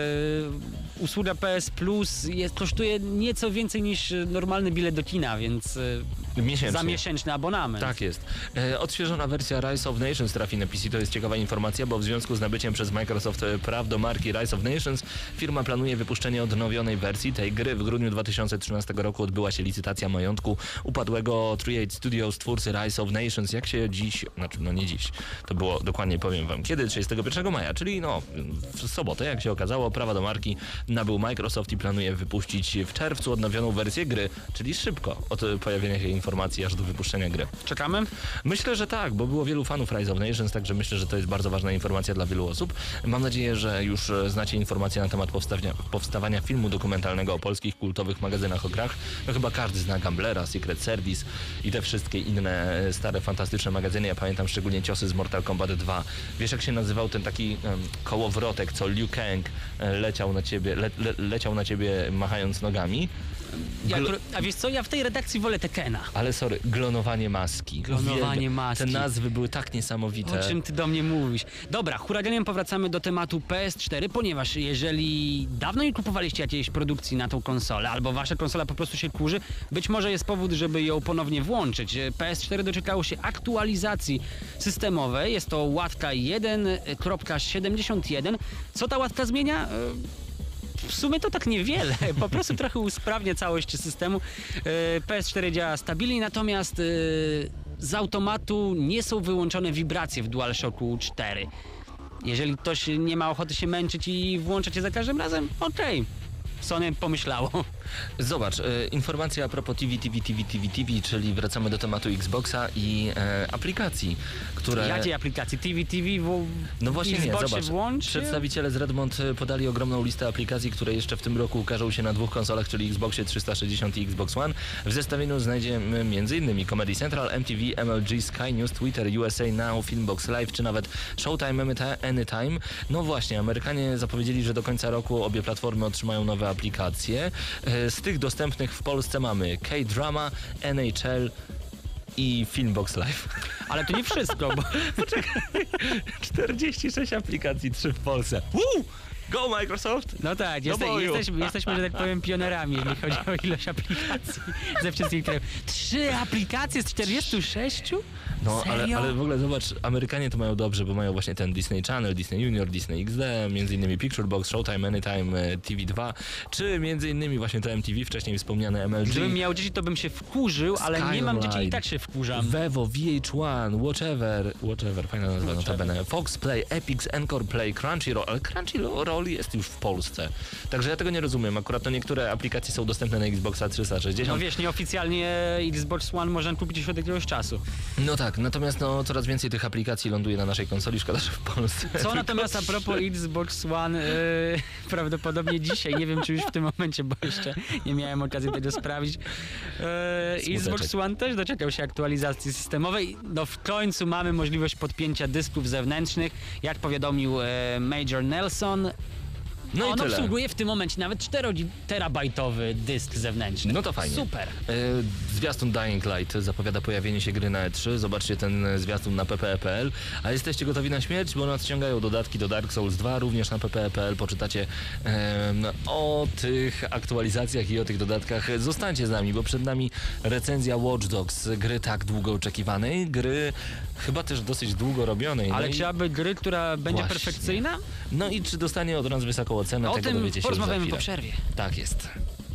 Usługa P S Plus jest, kosztuje nieco więcej niż normalny bilet do kina, więc e, Miesięcznie. za miesięczny abonament. Tak jest. E, odświeżona wersja Rise of Nations trafi na P C. To jest ciekawa informacja, bo w związku z nabyciem przez Microsoft e, praw do marki Rise of Nations firma planuje wypuszczenie odnowionej wersji tej gry. W grudniu dwa tysiące trzynastego roku odbyła się licytacja majątku upadłego trzy osiem Studios, twórcy Rise of Nations. Jak się dziś, znaczy no nie dziś, to było dokładnie, powiem wam, kiedy? trzydziestego pierwszego maja, czyli no w sobotę, jak się okazało, prawa do marki nabył Microsoft i planuje wypuścić w czerwcu odnowioną wersję gry, czyli szybko od pojawienia się informacji. informacji aż do wypuszczenia gry. Czekamy? Myślę, że tak, bo było wielu fanów Rise of Nations, także myślę, że to jest bardzo ważna informacja dla wielu osób. Mam nadzieję, że już znacie informacje na temat powstawania, powstawania filmu dokumentalnego o polskich kultowych magazynach o grach. No chyba każdy zna Gamblera, Secret Service i te wszystkie inne stare, fantastyczne magazyny. Ja pamiętam szczególnie ciosy z Mortal Kombat dwa. Wiesz, jak się nazywał ten taki um, kołowrotek, co Liu Kang leciał na ciebie, le, le, leciał na ciebie machając nogami? Ja, a wiesz co, ja w tej redakcji wolę Tekena. Ale sorry, glonowanie maski. Glonowanie Uwielbiam. maski. Te nazwy były tak niesamowite. O czym ty do mnie mówisz? Dobra, huraгаnem powracamy do tematu P S cztery, ponieważ jeżeli dawno nie kupowaliście jakiejś produkcji na tą konsolę, albo wasza konsola po prostu się kurzy, być może jest powód, żeby ją ponownie włączyć. P S cztery doczekało się aktualizacji systemowej. Jest to łatka jeden kropka siedemdziesiąt jeden. Co ta łatka zmienia? W sumie to tak niewiele, po prostu trochę usprawnia całość systemu. P S cztery działa stabilnie, natomiast z automatu nie są wyłączone wibracje w DualShocku cztery. Jeżeli ktoś nie ma ochoty się męczyć i włączać je za każdym razem, okej. Okay. Sony pomyślało. Zobacz, e, informacja a propos T V, T V, T V, T V, T V, czyli wracamy do tematu Xboxa i e, aplikacji, które... Jakiej aplikacji? T V, T V w... No właśnie nie, zobacz, włączy? przedstawiciele z Redmond podali ogromną listę aplikacji, które jeszcze w tym roku ukażą się na dwóch konsolach, czyli Xboxie trzysta sześćdziesiąt i Xbox One. W zestawieniu znajdziemy m.in. Comedy Central, M T V, M L G, Sky News, Twitter, U S A Now, Filmbox Live, czy nawet Showtime, Anytime. No właśnie, Amerykanie zapowiedzieli, że do końca roku obie platformy otrzymają nowe aplikacje. Z tych dostępnych w Polsce mamy K-Drama, N H L i Filmbox Live. Ale to nie wszystko, bo... Poczekaj, czterdzieści sześć aplikacji, trzy w Polsce. Woo! Go Microsoft! No tak, jeste, jesteśmy, jesteśmy, że tak powiem, pionerami, jeżeli chodzi o ilość aplikacji ze wszystkich krajów. Trzy aplikacje z czterdziestu sześciu? No, Serio? ale, ale w ogóle zobacz, Amerykanie to mają dobrze, bo mają właśnie ten Disney Channel, Disney Junior, Disney X D, między innymi Picture Box, Showtime, Anytime, T V dwa, czy między innymi właśnie to M T V, wcześniej wspomniane M L G. Gdybym miał dzieci, to bym się wkurzył, ale Skyline, nie mam dzieci i tak się wkurzam. Vevo, V H jeden, Watchever, Watchever, fajna nazwa, notabene, Fox Play, Epix, Encore Play, Crunchyroll, ale Crunchyroll jest już w Polsce. Także ja tego nie rozumiem. Akurat to niektóre aplikacje są dostępne na Xboxa trzysta sześćdziesiąt. No wiesz, nieoficjalnie Xbox One można kupić już od jakiegoś czasu. No tak, natomiast no, coraz więcej tych aplikacji ląduje na naszej konsoli, szkoda, że w Polsce. Co natomiast a propos Xbox One, yy, prawdopodobnie dzisiaj, nie wiem czy już w tym momencie, bo jeszcze nie miałem okazji tego sprawdzić. Yy, Xbox One też doczekał się aktualizacji systemowej. No w końcu mamy możliwość podpięcia dysków zewnętrznych, jak powiadomił yy, Major Nelson. No on i tyle. obsługuje w tym momencie nawet czteroterabajtowy dysk zewnętrzny. No to fajnie. Super. E, zwiastun Dying Light zapowiada pojawienie się gry na E trzy. Zobaczcie ten zwiastun na P P E kropka P L. A jesteście gotowi na śmierć? Bo nadciągają dodatki do Dark Souls dwa, również na P P E kropka P L. Poczytacie e, o tych aktualizacjach i o tych dodatkach. Zostańcie z nami, bo przed nami recenzja Watch Dogs, gry tak długo oczekiwanej, gry chyba też dosyć długo robionej. Ale no czy i... aby gry, która będzie Właśnie. perfekcyjna? No i czy dostanie od nas wysoką ocenę? O tego tym dowiecie się już za porozmawiamy chwilę. po przerwie. Tak jest.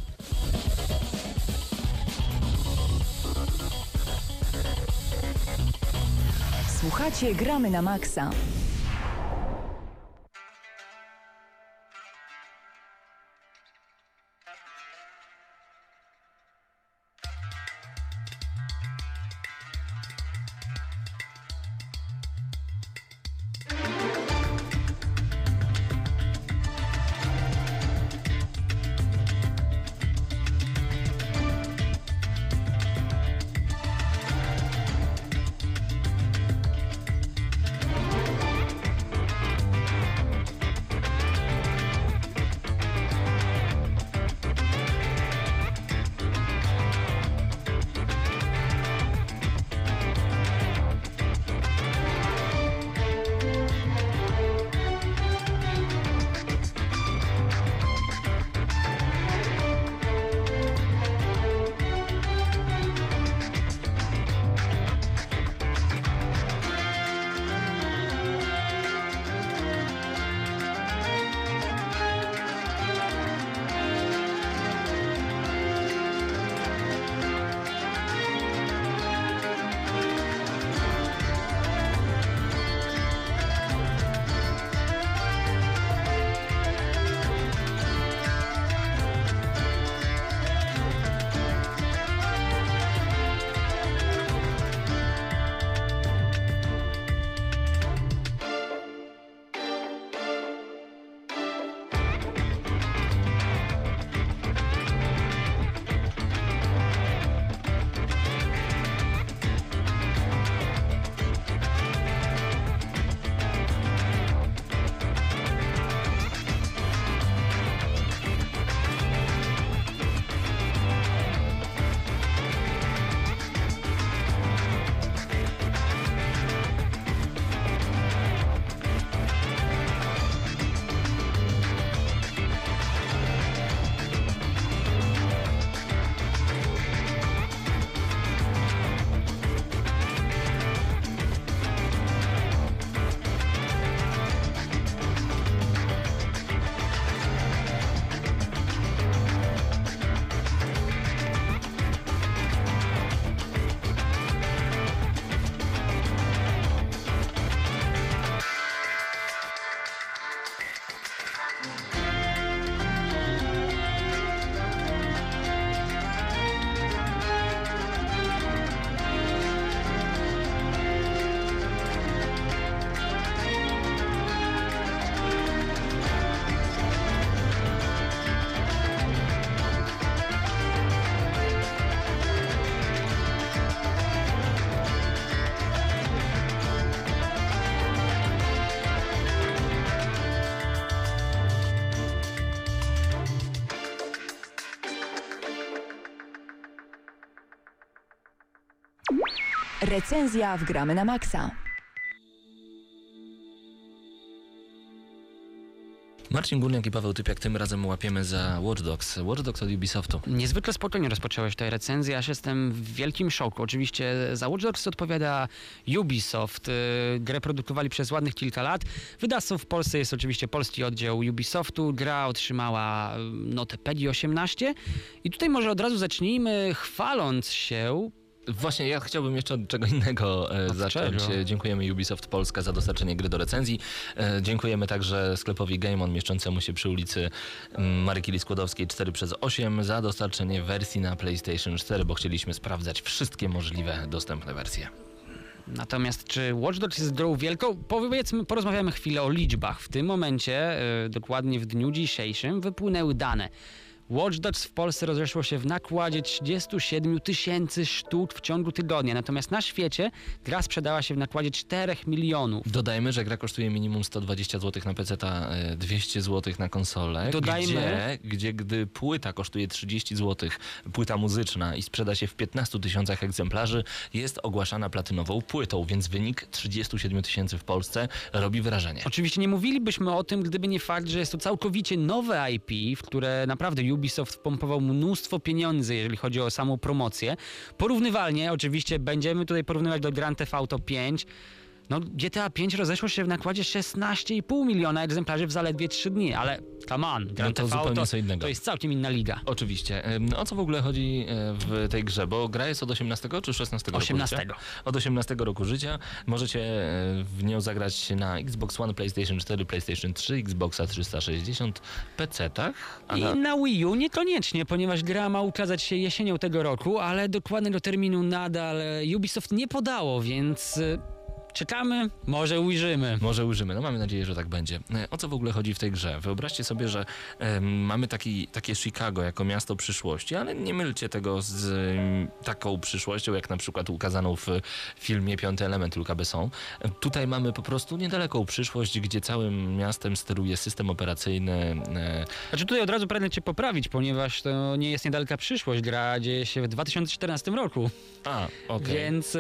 Słuchacie, gramy na maksa. Recenzja w Gramy na Maxa. Marcin Górniak i Paweł Typiak tym razem łapiemy za Watch Dogs. Watch Dogs od Ubisoftu. Niezwykle spokojnie rozpocząłeś tę recenzję, aż jestem w wielkim szoku. Oczywiście za Watch Dogs odpowiada Ubisoft. Grę produkowali przez ładnych kilka lat. Wydawcą w Polsce jest oczywiście polski oddział Ubisoftu. Gra otrzymała notę P E G I osiemnaście. I tutaj może od razu zacznijmy chwaląc się. Właśnie, ja chciałbym jeszcze od czego innego e, zacząć. czego? Dziękujemy Ubisoft Polska za dostarczenie gry do recenzji. E, dziękujemy także sklepowi Game On mieszczącemu się przy ulicy m, Maryki Liskłodowskiej cztery przez osiem za dostarczenie wersji na PlayStation cztery, bo chcieliśmy sprawdzać wszystkie możliwe dostępne wersje. Natomiast czy Watch Dogs jest grą wielką? Powiedzmy, porozmawiamy chwilę o liczbach. W tym momencie, e, dokładnie w dniu dzisiejszym, wypłynęły dane. Watch Dogs w Polsce rozeszło się w nakładzie trzydzieści siedem tysięcy sztuk w ciągu tygodnia, natomiast na świecie gra sprzedała się w nakładzie czterech milionów. Dodajmy, że gra kosztuje minimum sto dwadzieścia złotych na peceta, dwieście złotych na konsolę, Dodajmy, gdzie, gdzie gdy płyta kosztuje trzydzieści złotych, płyta muzyczna i sprzeda się w piętnastu tysiącach egzemplarzy, jest ogłaszana platynową płytą, więc wynik trzydzieści siedem tysięcy w Polsce robi wrażenie. Oczywiście nie mówilibyśmy o tym, gdyby nie fakt, że jest to całkowicie nowe I P, w które naprawdę Ubisoft wpompował mnóstwo pieniędzy, jeżeli chodzi o samą promocję. Porównywalnie, oczywiście będziemy tutaj porównywać do Grand Theft Auto pięć. No, G T A pięć rozeszło się w nakładzie szesnaście i pół miliona egzemplarzy w zaledwie trzy dni, ale come on, Grand No to Theft zupełnie Auto co innego. to jest całkiem inna liga. Oczywiście. Ym, O co w ogóle chodzi e, w tej grze? Bo gra jest od osiemnastego czy szesnastego osiemnastego. roku życia? Od osiemnastego roku życia. Możecie e, w nią zagrać na Xbox One, PlayStation cztery, PlayStation trzy, Xboxa trzysta sześćdziesiąt, pecetach. A I na... na Wii U niekoniecznie, ponieważ gra ma ukazać się jesienią tego roku, ale dokładnego terminu nadal Ubisoft nie podało, więc y, czekamy, może ujrzymy. Może ujrzymy. No mamy nadzieję, że tak będzie. E, O co w ogóle chodzi w tej grze? Wyobraźcie sobie, że em, mamy taki, takie Chicago jako miasto przyszłości, ale nie mylcie tego z em, taką przyszłością, jak na przykład ukazaną w filmie Piąty Element Luca Besson. E, Tutaj mamy po prostu niedaleką przyszłość, gdzie całym miastem steruje system operacyjny. E, Znaczy tutaj od razu pragnę cię poprawić, ponieważ to nie jest niedaleka przyszłość. Gra dzieje się w dwa tysiące czternastym roku. A, okej. Więc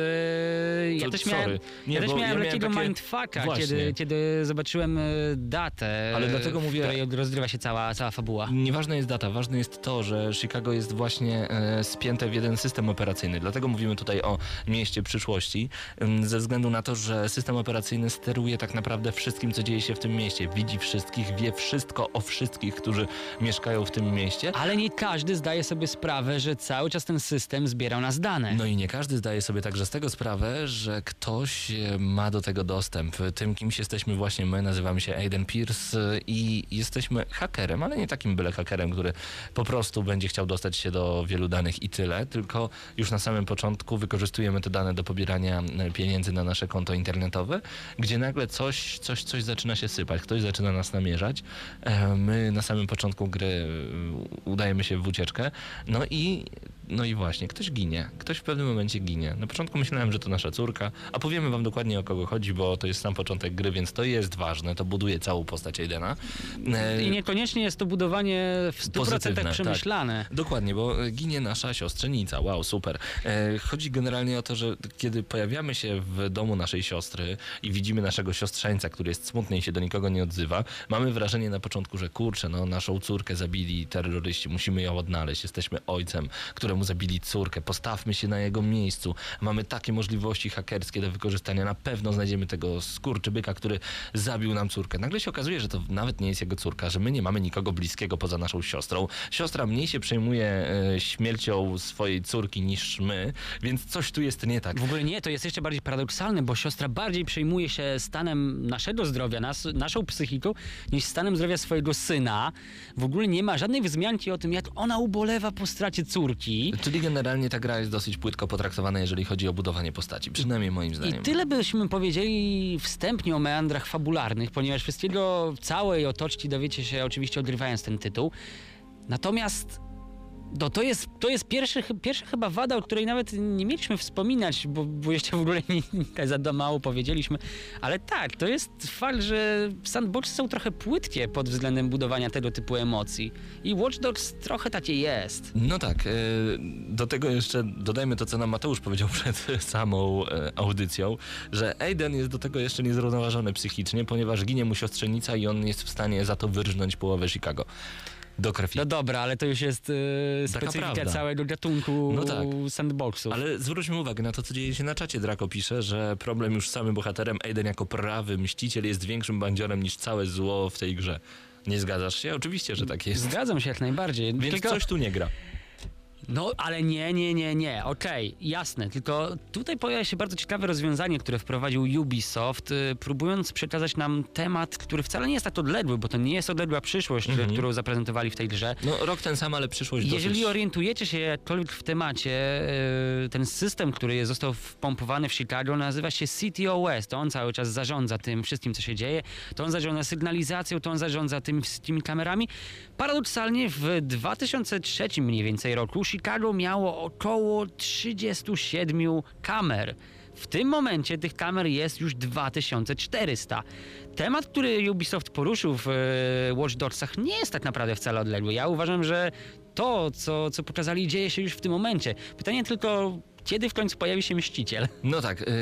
y, ja To też sorry. miałem, Nie, ja też bo miałem ja miałem lekkiego takie- mindfucka, Właśnie. kiedy, kiedy zobaczyłem y, datę, Ale dlatego w mówię- której rozgrywa się cała, cała fabuła. Nieważna jest data, ważne jest to, że Chicago jest właśnie e, spięte w jeden system operacyjny. Dlatego mówimy tutaj o mieście przyszłości, em, ze względu na to, że system operacyjny steruje tak naprawdę wszystkim, co dzieje się w tym mieście. Widzi wszystkich, wie wszystko o wszystkich, którzy mieszkają w tym mieście. Ale nie każdy zdaje sobie sprawę, że cały czas ten system zbierał nas dane. No i nie każdy zdaje sobie także z tego sprawę, że ktoś e, ma do tego dostęp. Tym kimś jesteśmy właśnie my, nazywamy się Aiden Pierce e, i jesteśmy hakerem, ale nie takim byle hakerem, który po prostu będzie chciał dostać się do wielu danych i tyle, tylko już na samym początku wykorzystujemy te dane do pobierania e, pieniędzy na nasze konto internetowe, gdzie nagle coś, coś, coś zaczyna się sypać, ktoś zaczyna nas namierzać. E, My na samym początku gry e, udajemy się w ucieczkę, no i No i właśnie, ktoś ginie. Ktoś w pewnym momencie ginie. Na początku myślałem, że to nasza córka, a powiemy wam dokładnie, o kogo chodzi, bo to jest sam początek gry, więc to jest ważne, to buduje całą postać Aidena. E, I niekoniecznie jest to budowanie w stu procentach Pozytywne, przemyślane. Tak. Dokładnie, bo ginie nasza siostrzenica. Wow, super. E, chodzi generalnie o to, że kiedy pojawiamy się w domu naszej siostry i widzimy naszego siostrzeńca, który jest smutny i się do nikogo nie odzywa, mamy wrażenie na początku, że kurczę, no naszą córkę zabili terroryści, musimy ją odnaleźć, jesteśmy ojcem, któremu zabili córkę, postawmy się na jego miejscu. Mamy takie możliwości hakerskie do wykorzystania, na pewno znajdziemy tego skurczybyka, który zabił nam córkę. Nagle się okazuje, że to nawet nie jest jego córka, że my nie mamy nikogo bliskiego poza naszą siostrą. Siostra mniej się przejmuje e, śmiercią swojej córki niż my, więc coś tu jest nie tak. W ogóle nie, to jest jeszcze bardziej paradoksalne, bo siostra bardziej przejmuje się stanem naszego zdrowia, nas, naszą psychiką, niż stanem zdrowia swojego syna. W ogóle nie ma żadnej wzmianki o tym, jak ona ubolewa po stracie córki. Czyli generalnie ta gra jest dosyć płytko potraktowana, jeżeli chodzi o budowanie postaci, przynajmniej moim zdaniem. I tyle byśmy powiedzieli wstępnie o meandrach fabularnych, ponieważ wszystkiego w całej otoczki dowiecie się oczywiście odgrywając ten tytuł. Natomiast No to jest, to jest pierwszy, pierwsza chyba wada, o której nawet nie mieliśmy wspominać, bo, bo jeszcze w ogóle nie, nie za mało powiedzieliśmy. Ale tak, to jest fakt, że sandboxy są trochę płytkie pod względem budowania tego typu emocji. I Watch Dogs trochę takie jest. No tak, do tego jeszcze dodajmy to, co nam Mateusz powiedział przed samą audycją, że Aiden jest do tego jeszcze niezrównoważony psychicznie, ponieważ ginie mu siostrzenica i on jest w stanie za to wyrżnąć połowę Chicago. Do krwi. No dobra, ale to już jest yy, specyfika całego gatunku no tak. sandboxów. Ale zwróćmy uwagę na to, co dzieje się na czacie. Draco pisze, że problem już z samym bohaterem. Aiden jako prawy mściciel jest większym bandziorem niż całe zło w tej grze. Nie zgadzasz się? Oczywiście, że tak jest. Zgadzam się jak najbardziej. Więc Tylko... coś tu nie gra. No, ale nie, nie, nie, nie, okej, okay, jasne, tylko tutaj pojawia się bardzo ciekawe rozwiązanie, które wprowadził Ubisoft, y, próbując przekazać nam temat, który wcale nie jest tak odległy, bo to nie jest odległa przyszłość, mm-hmm. którą zaprezentowali w tej grze. No, rok ten sam, ale przyszłość Jeżeli dosyć... orientujecie się jakkolwiek w temacie, y, ten system, który został wpompowany w Chicago, nazywa się C T O S, to on cały czas zarządza tym wszystkim, co się dzieje, to on zarządza sygnalizacją, to on zarządza tym, tymi kamerami. Paradoksalnie w dwa tysiące trzecim mniej więcej roku Chicago miało około trzydzieści siedem kamer. W tym momencie tych kamer jest już dwa tysiące czterysta. Temat, który Ubisoft poruszył w e, Watch Dogsach, nie jest tak naprawdę wcale odległy. Ja uważam, że to, co, co pokazali, dzieje się już w tym momencie. Pytanie tylko, kiedy w końcu pojawi się Mściciel? No tak, y-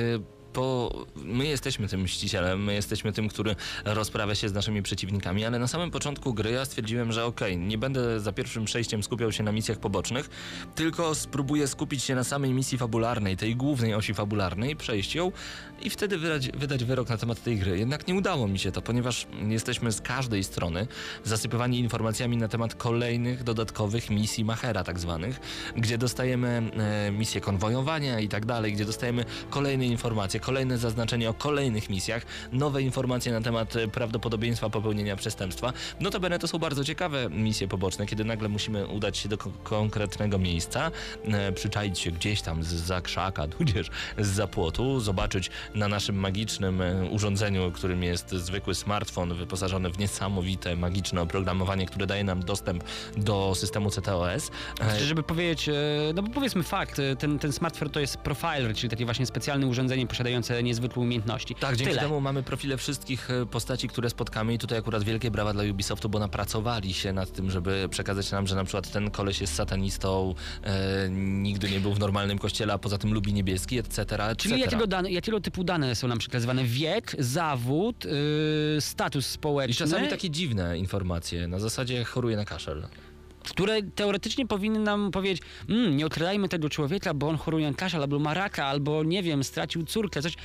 bo my jesteśmy tym mścicielem, my jesteśmy tym, który rozprawia się z naszymi przeciwnikami, ale na samym początku gry ja stwierdziłem, że okej, okay, nie będę za pierwszym przejściem skupiał się na misjach pobocznych, tylko spróbuję skupić się na samej misji fabularnej, tej głównej osi fabularnej, przejść ją i wtedy wydać, wydać wyrok na temat tej gry. Jednak nie udało mi się to, ponieważ jesteśmy z każdej strony zasypywani informacjami na temat kolejnych dodatkowych misji Machera tak zwanych, gdzie dostajemy e, misje konwojowania i tak dalej, gdzie dostajemy kolejne informacje, kolejne zaznaczenie o kolejnych misjach, nowe informacje na temat prawdopodobieństwa popełnienia przestępstwa. Notabene to są bardzo ciekawe misje poboczne, kiedy nagle musimy udać się do ko- konkretnego miejsca, e, przyczaić się gdzieś tam zza krzaka, tudzież zza płotu, zobaczyć na naszym magicznym e, urządzeniu, którym jest zwykły smartfon wyposażony w niesamowite, magiczne oprogramowanie, które daje nam dostęp do systemu C T O S. E... Żeby powiedzieć, e, no bo powiedzmy fakt, ten, ten smartfon to jest profiler, czyli takie właśnie specjalne urządzenie posiadające niezwykłe umiejętności. Tak, dzięki Tyle. temu mamy profile wszystkich postaci, które spotkamy i tutaj akurat wielkie brawa dla Ubisoftu, bo napracowali się nad tym, żeby przekazać nam, że na przykład ten koleś jest satanistą, e, nigdy nie był w normalnym kościele, a poza tym lubi niebieski, et cetera, et cetera. Czyli jakiego, dane, jakiego typu dane są nam przekazywane? Wiek, zawód, yy, status społeczny? I czasami takie dziwne informacje, na zasadzie choruje na kaszel. Które teoretycznie powinny nam powiedzieć, mmm, nie okradajmy tego człowieka, bo on choruje na kaszel, albo ma raka, albo nie wiem, stracił córkę, coś.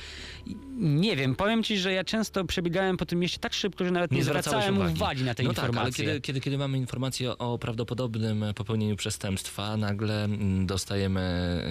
Nie wiem, powiem ci, że ja często przebiegałem po tym mieście tak szybko, że nawet nie, nie zwracałem uwagi. uwagi na te no informacje. Tak, ale kiedy, kiedy, kiedy mamy informacje o prawdopodobnym popełnieniu przestępstwa, nagle dostajemy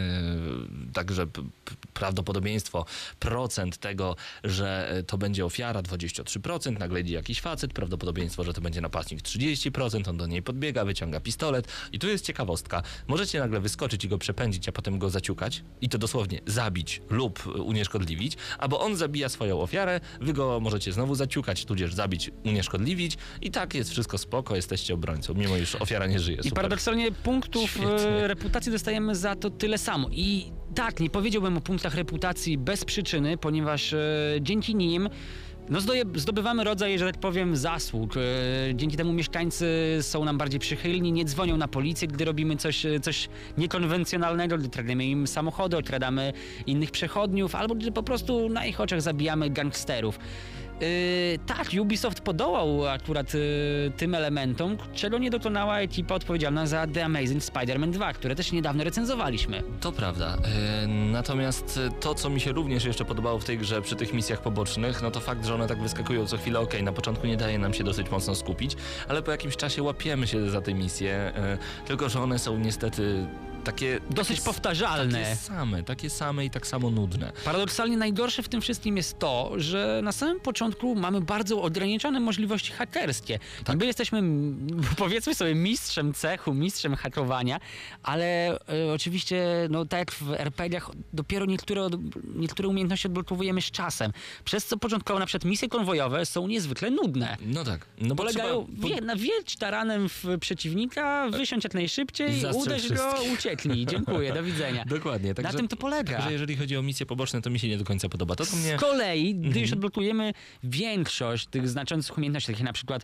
yy, także p- p- prawdopodobieństwo, procent tego, że to będzie ofiara dwadzieścia trzy procent, nagle idzie jakiś facet, prawdopodobieństwo, że to będzie napastnik trzydzieści procent, on do niej podbiega, wyciąga pistolet i tu jest ciekawostka. Możecie nagle wyskoczyć i go przepędzić, a potem go zaciukać i to dosłownie zabić lub unieszkodliwić, albo on zabija swoją ofiarę, wy go możecie znowu zaciukać, tudzież zabić, unieszkodliwić i tak jest wszystko spoko, jesteście obrońcą, mimo iż ofiara nie żyje. Super. I paradoksalnie punktów Świetnie. reputacji dostajemy za to tyle samo. I tak, nie powiedziałbym o punktach reputacji bez przyczyny, ponieważ e, dzięki nim No zdobywamy rodzaj, że tak powiem, zasług. Dzięki temu mieszkańcy są nam bardziej przychylni, nie dzwonią na policję, gdy robimy coś, coś niekonwencjonalnego, gdy kradniemy im samochody, okradamy innych przechodniów, albo gdy po prostu na ich oczach zabijamy gangsterów. Yy, tak, Ubisoft podołał akurat yy, tym elementom, czego nie dokonała ekipa odpowiedzialna za The Amazing Spider-Man dwa, które też niedawno recenzowaliśmy. To prawda. Yy, natomiast to, co mi się również jeszcze podobało w tej grze przy tych misjach pobocznych, no to fakt, że one tak wyskakują co chwilę. Okej, okay, na początku nie daje nam się dosyć mocno skupić, ale po jakimś czasie łapiemy się za te misje, yy, tylko że one są niestety takie... Dosyć takie, powtarzalne. Takie same, takie same i tak samo nudne. Paradoksalnie najgorsze w tym wszystkim jest to, że na samym początku mamy bardzo ograniczone możliwości hakerskie. Tak. Niby jesteśmy, powiedzmy sobie, mistrzem cechu, mistrzem hakowania, ale e, oczywiście, no tak jak w er pe gie ach, dopiero niektóre, niektóre umiejętności odblokowujemy z czasem. Przez co początkowo na przykład misje konwojowe są niezwykle nudne. No tak. No bo Polegają, trzeba... wie, nawiedź taranem w przeciwnika, wysiądź jak najszybciej, uderz go, ucieknij. Dziękuję, do widzenia. Dokładnie. Na tym to polega. Także jeżeli chodzi o misje poboczne, to mi się nie do końca podoba. To, to mnie... Z kolei, gdy mhm. już odblokujemy większość tych znaczących umiejętności, takich jak na przykład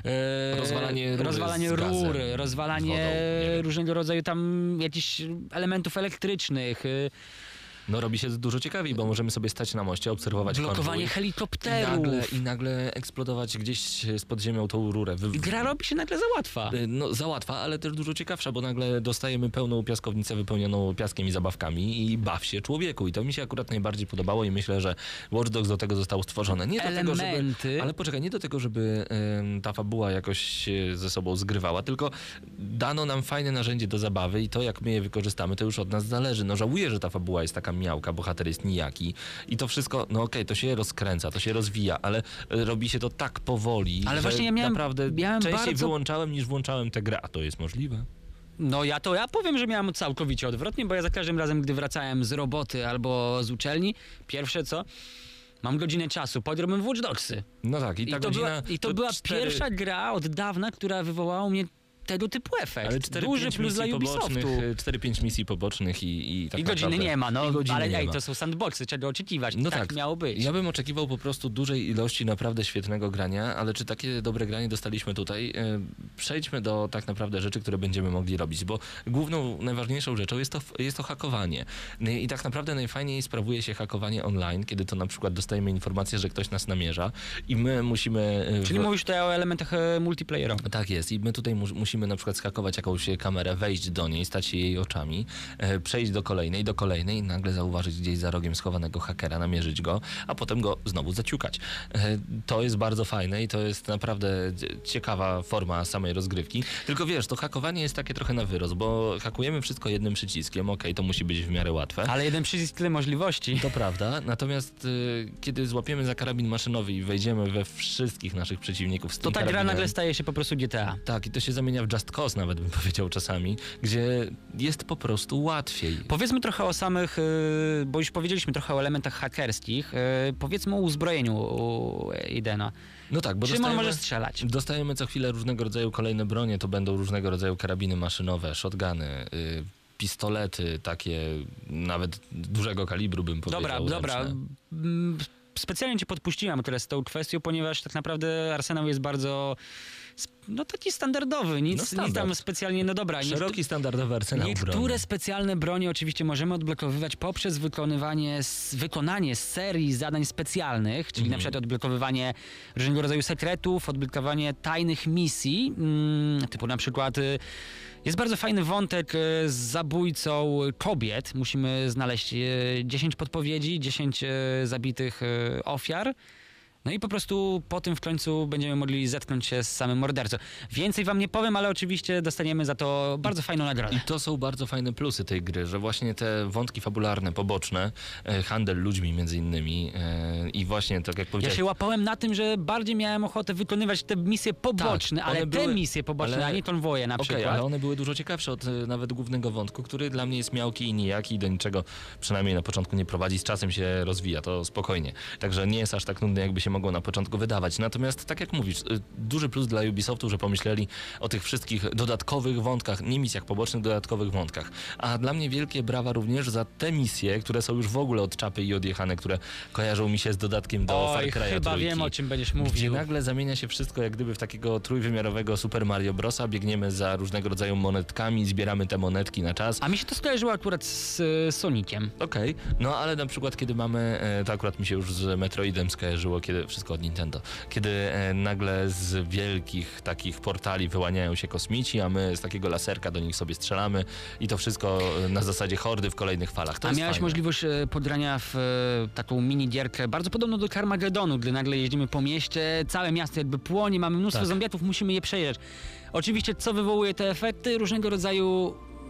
e, rozwalanie rury, rozwalanie, rury, rozwalanie wodą, różnego rodzaju tam jakichś elementów elektrycznych, e, no robi się dużo ciekawiej, bo możemy sobie stać na moście, obserwować blokowanie konwój, helikopterów. I nagle, I nagle eksplodować gdzieś z ziemią tą rurę. Wy... I gra robi się nagle za łatwa. No za łatwa, ale też dużo ciekawsza, bo nagle dostajemy pełną piaskownicę wypełnioną piaskiem i zabawkami i baw się człowieku. I to mi się akurat najbardziej podobało i myślę, że Watch Dogs do tego zostało stworzone. Nie do Elementy. tego, żeby, ale poczekaj, nie do tego, żeby ym, ta fabuła jakoś się ze sobą zgrywała, tylko dano nam fajne narzędzie do zabawy i to, jak my je wykorzystamy, to już od nas zależy. No żałuję, że ta fabuła jest taka miałka, bohater jest nijaki i to wszystko, no okej, okay, to się rozkręca, to się rozwija, ale robi się to tak powoli, ale że właśnie ja miałem, naprawdę miałem częściej bardzo... wyłączałem niż włączałem tę grę, a to jest możliwe. No ja to ja powiem, że miałem całkowicie odwrotnie, bo ja za każdym razem, gdy wracałem z roboty albo z uczelni, pierwsze co, mam godzinę czasu, podrobię w Watch Dogsy. No tak, i I ta to godzina... była, i to to była cztery... pierwsza gra od dawna, która wywołała u mnie tego typu efekt. Ale cztery, duży plus dla Ubisoftu. cztery pięć misji pobocznych i, i tak I godziny naprawdę, nie ma, no, ale nie ej, ma. to są sandboxy, czego oczekiwać. No tak, tak miało być. Ja bym oczekiwał po prostu dużej ilości naprawdę świetnego grania, ale czy takie dobre granie dostaliśmy tutaj? E, przejdźmy do tak naprawdę rzeczy, które będziemy mogli robić, bo główną, najważniejszą rzeczą jest to, jest to hakowanie. I tak naprawdę najfajniej sprawuje się hakowanie online, kiedy to na przykład dostajemy informację, że ktoś nas namierza i my musimy... Czyli w... mówisz tutaj o elementach e, multiplayerowych. Tak jest i my tutaj mu musimy na przykład skakować jakąś kamerę, wejść do niej, stać się jej oczami, e, przejść do kolejnej, do kolejnej i nagle zauważyć gdzieś za rogiem schowanego hakera, namierzyć go, a potem go znowu zaciukać. E, to jest bardzo fajne i to jest naprawdę ciekawa forma samej rozgrywki. Tylko wiesz, to hakowanie jest takie trochę na wyrost, bo hakujemy wszystko jednym przyciskiem, okej, okay, to musi być w miarę łatwe. Ale jeden przycisk, tyle możliwości. To prawda, natomiast y, kiedy złapiemy za karabin maszynowy i wejdziemy we wszystkich naszych przeciwników z to tym ta gra karabinem, nagle staje się po prostu G T A. Tak, i to się zamienia w Just Cause nawet, bym powiedział czasami, gdzie jest po prostu łatwiej. Powiedzmy trochę o samych, yy, bo już powiedzieliśmy trochę o elementach hakerskich, yy, powiedzmy o uzbrojeniu u Aidena. No tak, bo czym dostajemy, on może strzelać? Dostajemy co chwilę różnego rodzaju kolejne bronie, to będą różnego rodzaju karabiny maszynowe, shotguny, yy, pistolety, takie nawet dużego kalibru, bym powiedział. Dobra, dobra. Specjalnie cię podpuściłem teraz z tą kwestią, ponieważ tak naprawdę arsenał jest bardzo... No taki standardowy, nic, no standard. nic tam specjalnie, no dobra. Szeroki, niektóre, standardowy arsenał Niektóre broni. specjalne broni oczywiście możemy odblokowywać poprzez wykonywanie, wykonanie serii zadań specjalnych, czyli mm. na przykład odblokowywanie różnego rodzaju sekretów, odblokowanie tajnych misji, mm, typu na przykład... Y, Jest bardzo fajny wątek z zabójcą kobiet. Musimy znaleźć dziesięć podpowiedzi, dziesięć zabitych ofiar. No i po prostu po tym w końcu będziemy mogli zetknąć się z samym mordercą. Więcej wam nie powiem, ale oczywiście dostaniemy za to bardzo fajną nagrodę. I to są bardzo fajne plusy tej gry, że właśnie te wątki fabularne, poboczne, e, handel ludźmi między innymi e, i właśnie tak jak powiedziałeś... Ja się łapałem na tym, że bardziej miałem ochotę wykonywać te misje poboczne, tak, ale te były, misje poboczne, ale, a nie konwoje na przykład. Okej, ale one były dużo ciekawsze od e, nawet głównego wątku, który dla mnie jest miałki i nijaki i do niczego przynajmniej na początku nie prowadzi, z czasem się rozwija, to spokojnie. Także nie jest aż tak nudny, jakby się mogło na początku wydawać. Natomiast tak jak mówisz, duży plus dla Ubisoftu, że pomyśleli o tych wszystkich dodatkowych wątkach, nie misjach pobocznych, dodatkowych wątkach. A dla mnie wielkie brawa również za te misje, które są już w ogóle od czapy i odjechane, które kojarzą mi się z dodatkiem do Oj, Far Cry'a chyba trójki, wiem, o czym będziesz mówił. Gdzie nagle zamienia się wszystko jak gdyby w takiego trójwymiarowego Super Mario Brosa, biegniemy za różnego rodzaju monetkami, zbieramy te monetki na czas. A mi się to skojarzyło akurat z y, Soniciem. Okej, okay. No ale na przykład kiedy mamy, to akurat mi się już z Metroidem skojarzyło, kiedy wszystko od Nintendo, kiedy e, nagle z wielkich takich portali wyłaniają się kosmici, a my z takiego laserka do nich sobie strzelamy i to wszystko na zasadzie hordy w kolejnych falach. To a jest miałeś fajne. możliwość e, podrania w e, taką mini gierkę, bardzo podobną do Carmagedonu, gdy nagle jeździmy po mieście, całe miasto jakby płonie, mamy mnóstwo tak. zombiatów, musimy je przejeżdżać. Oczywiście co wywołuje te efekty? Różnego rodzaju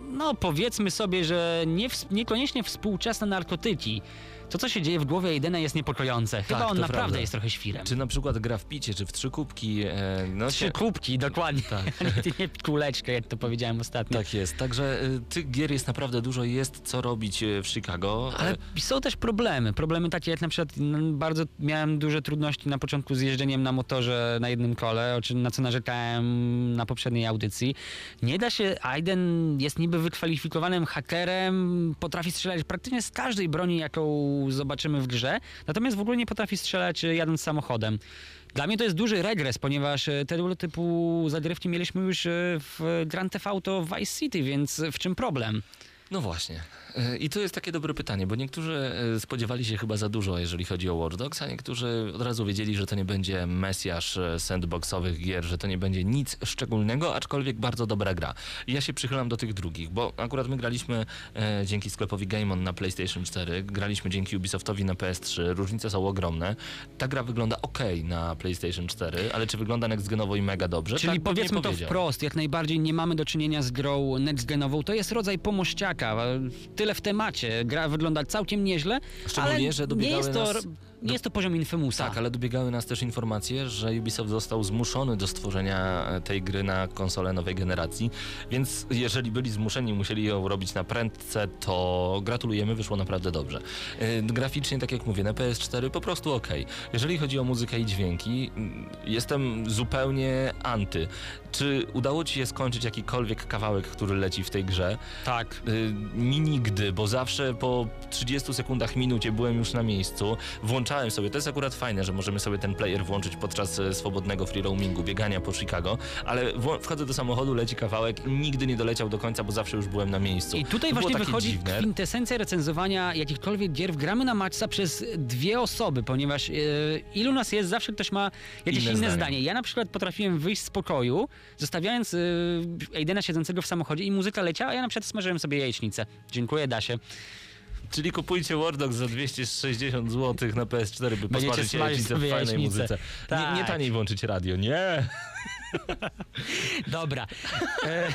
no powiedzmy sobie, że nie w, niekoniecznie współczesne narkotyki. To, co się dzieje w głowie Aidena, jest niepokojące. Chyba Tak, on to naprawdę prawda. jest trochę świrem. Czy na przykład gra w picie, czy w trzy kubki. E, no Trzy się... kubki, dokładnie. Tak. nie, nie kuleczkę, jak to powiedziałem ostatnio. Tak jest, także y, tych gier jest naprawdę dużo, jest co robić y, w Chicago. Ale są też problemy. Problemy takie jak na przykład no, bardzo miałem duże trudności na początku z jeżdżeniem na motorze na jednym kole, o czym, na co narzekałem na poprzedniej audycji. Nie da się, Aiden jest niby wykwalifikowanym hakerem, potrafi strzelać praktycznie z każdej broni, jaką zobaczymy w grze, natomiast w ogóle nie potrafi strzelać jadąc samochodem. Dla mnie to jest duży regres, ponieważ tego typu zagrywki mieliśmy już w Grand Theft Auto Vice City, więc w czym problem? No właśnie. Y, I to jest takie dobre pytanie, bo niektórzy y, spodziewali się chyba za dużo, jeżeli chodzi o Watch Dogs, a niektórzy od razu wiedzieli, że to nie będzie mesjasz y, sandboxowych gier, że to nie będzie nic szczególnego, aczkolwiek bardzo dobra gra. I ja się przychylam do tych drugich, bo akurat my graliśmy y, dzięki sklepowi Game On na PlayStation cztery, graliśmy dzięki Ubisoftowi na P S trzy, różnice są ogromne. Ta gra wygląda okej na PlayStation cztery, ale czy wygląda next-genowo i mega dobrze? Czyli tak bym nie powiedzmy to powiedział. wprost, jak najbardziej nie mamy do czynienia z grą next-genową, to jest rodzaj pomościaka, tyle w temacie, gra wygląda całkiem nieźle, Szczególnie, ale że nie dobiegały jest to, nas... nie jest to poziom Infamousa. Tak, ale dobiegały nas też informacje, że Ubisoft został zmuszony do stworzenia tej gry na konsolę nowej generacji, więc jeżeli byli zmuszeni i musieli ją robić na prędce, to gratulujemy, wyszło naprawdę dobrze. Yy, graficznie, tak jak mówię, na P S cztery po prostu okej. Jeżeli chodzi o muzykę i dźwięki, jestem zupełnie anty. Czy udało ci się skończyć jakikolwiek kawałek, który leci w tej grze? Tak. Yy, mi nigdy, bo zawsze po trzydziestu sekundach, minucie byłem już na miejscu. Włączałem sobie, to jest akurat fajne, że możemy sobie ten player włączyć podczas e, swobodnego free roamingu, biegania po Chicago, ale wło- wchodzę do samochodu, leci kawałek, nigdy nie doleciał do końca, bo zawsze już byłem na miejscu. I tutaj To było właśnie takie wychodzi dziwne. kwintesencja recenzowania jakichkolwiek gier w Gramy na Maxa przez dwie osoby, ponieważ e, ilu nas jest, zawsze ktoś ma jakieś Inne inne, zdanie. zdanie. Ja na przykład potrafiłem wyjść z pokoju, zostawiając e, Aidena siedzącego w samochodzie i muzyka leciała, a ja na przykład smażyłem sobie jajecznicę. Dziękuję, Dasie. Czyli kupujcie Watch Dogs za dwieście sześćdziesiąt złotych na P S cztery, by Będziecie posmażyć smażyć jajecznicę w sobie fajnej jajecznicę. muzyce. Tak. Nie, nie taniej włączyć radio, nie! Dobra. E,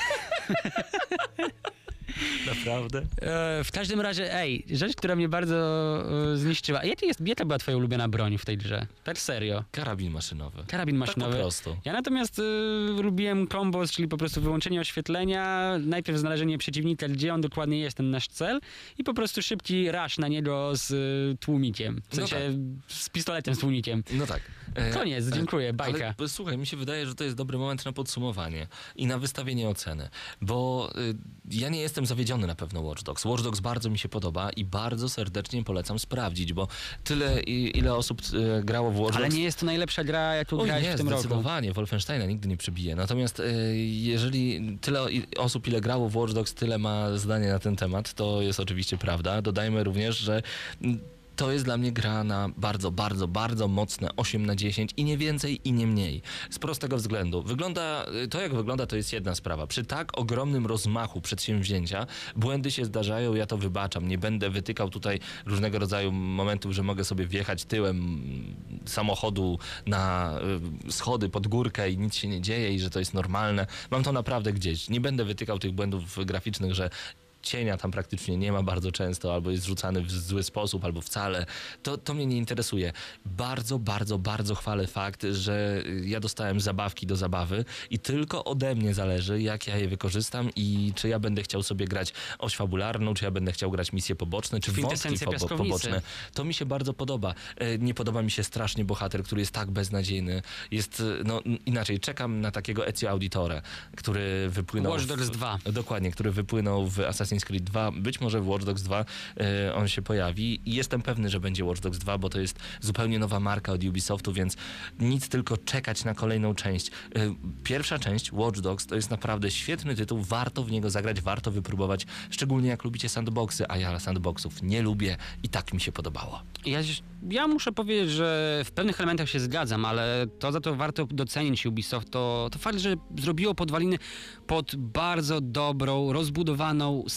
Naprawdę? e, w każdym razie, ej, rzecz, która mnie bardzo e, zniszczyła. Jaka jest, jaka była twoja ulubiona broń w tej grze? Tak serio. Karabin maszynowy. Karabin maszynowy. Tak po prostu. Ja natomiast y, lubiłem kombos, czyli po prostu wyłączenie oświetlenia, najpierw znalezienie przeciwnika, gdzie on dokładnie jest, ten nasz cel i po prostu szybki rush na niego z y, tłumikiem. W No sensie tak. z pistoletem, z tłumikiem. No tak. E, Koniec, e, dziękuję, bajka. Ale słuchaj, mi się wydaje, że to jest dobry moment na podsumowanie i na wystawienie oceny, bo y, ja nie jestem zawiedziony na pewno Watch Dogs. Watch Dogs bardzo mi się podoba i bardzo serdecznie polecam sprawdzić, bo tyle i, ile osób y, grało w Watch Ale Dogs... nie jest to najlepsza gra, jaką Oj, grałeś nie, w tym roku. zdecydowanie. Wolfensteina nigdy nie przebije. Natomiast y, jeżeli tyle i- osób, ile grało w Watch Dogs, tyle ma zdanie na ten temat, to jest oczywiście prawda. Dodajmy również, że mm, to jest dla mnie gra na bardzo, bardzo, bardzo mocne osiem na dziesięć i nie więcej i nie mniej. Z prostego względu. Wygląda, to jak wygląda, to jest jedna sprawa. Przy tak ogromnym rozmachu przedsięwzięcia błędy się zdarzają, ja to wybaczam. Nie będę wytykał tutaj różnego rodzaju momentów, że mogę sobie wjechać tyłem samochodu na y, schody pod górkę i nic się nie dzieje i że to jest normalne. Mam to naprawdę gdzieś. Nie będę wytykał tych błędów graficznych, że cienia tam praktycznie nie ma bardzo często, albo jest rzucany w zły sposób, albo wcale. To, to mnie nie interesuje. Bardzo, bardzo, bardzo chwalę fakt, że ja dostałem zabawki do zabawy i tylko ode mnie zależy, jak ja je wykorzystam i czy ja będę chciał sobie grać oś fabularną, czy ja będę chciał grać misje poboczne, czy wątki Kwintesencja po, piaskownicy. poboczne. To mi się bardzo podoba. E, Nie podoba mi się strasznie bohater, który jest tak beznadziejny. Jest, e, no n- inaczej, czekam na takiego Ezio Auditore, który wypłynął... Watch w- Dogs dwa. Dokładnie, który wypłynął w Assassin's Creed dwa. Być może w Watch Dogs dwa e, on się pojawi i jestem pewny, że będzie Watch Dogs dwa, bo to jest zupełnie nowa marka od Ubisoftu, więc nic, tylko czekać na kolejną część. E, Pierwsza część, Watch Dogs, to jest naprawdę świetny tytuł, warto w niego zagrać, warto wypróbować, szczególnie jak lubicie sandboxy, a ja sandboxów nie lubię i tak mi się podobało. Ja, ja muszę powiedzieć, że w pewnych elementach się zgadzam, ale to za to warto docenić Ubisoft, to, to fakt, że zrobiło podwaliny pod bardzo dobrą, rozbudowaną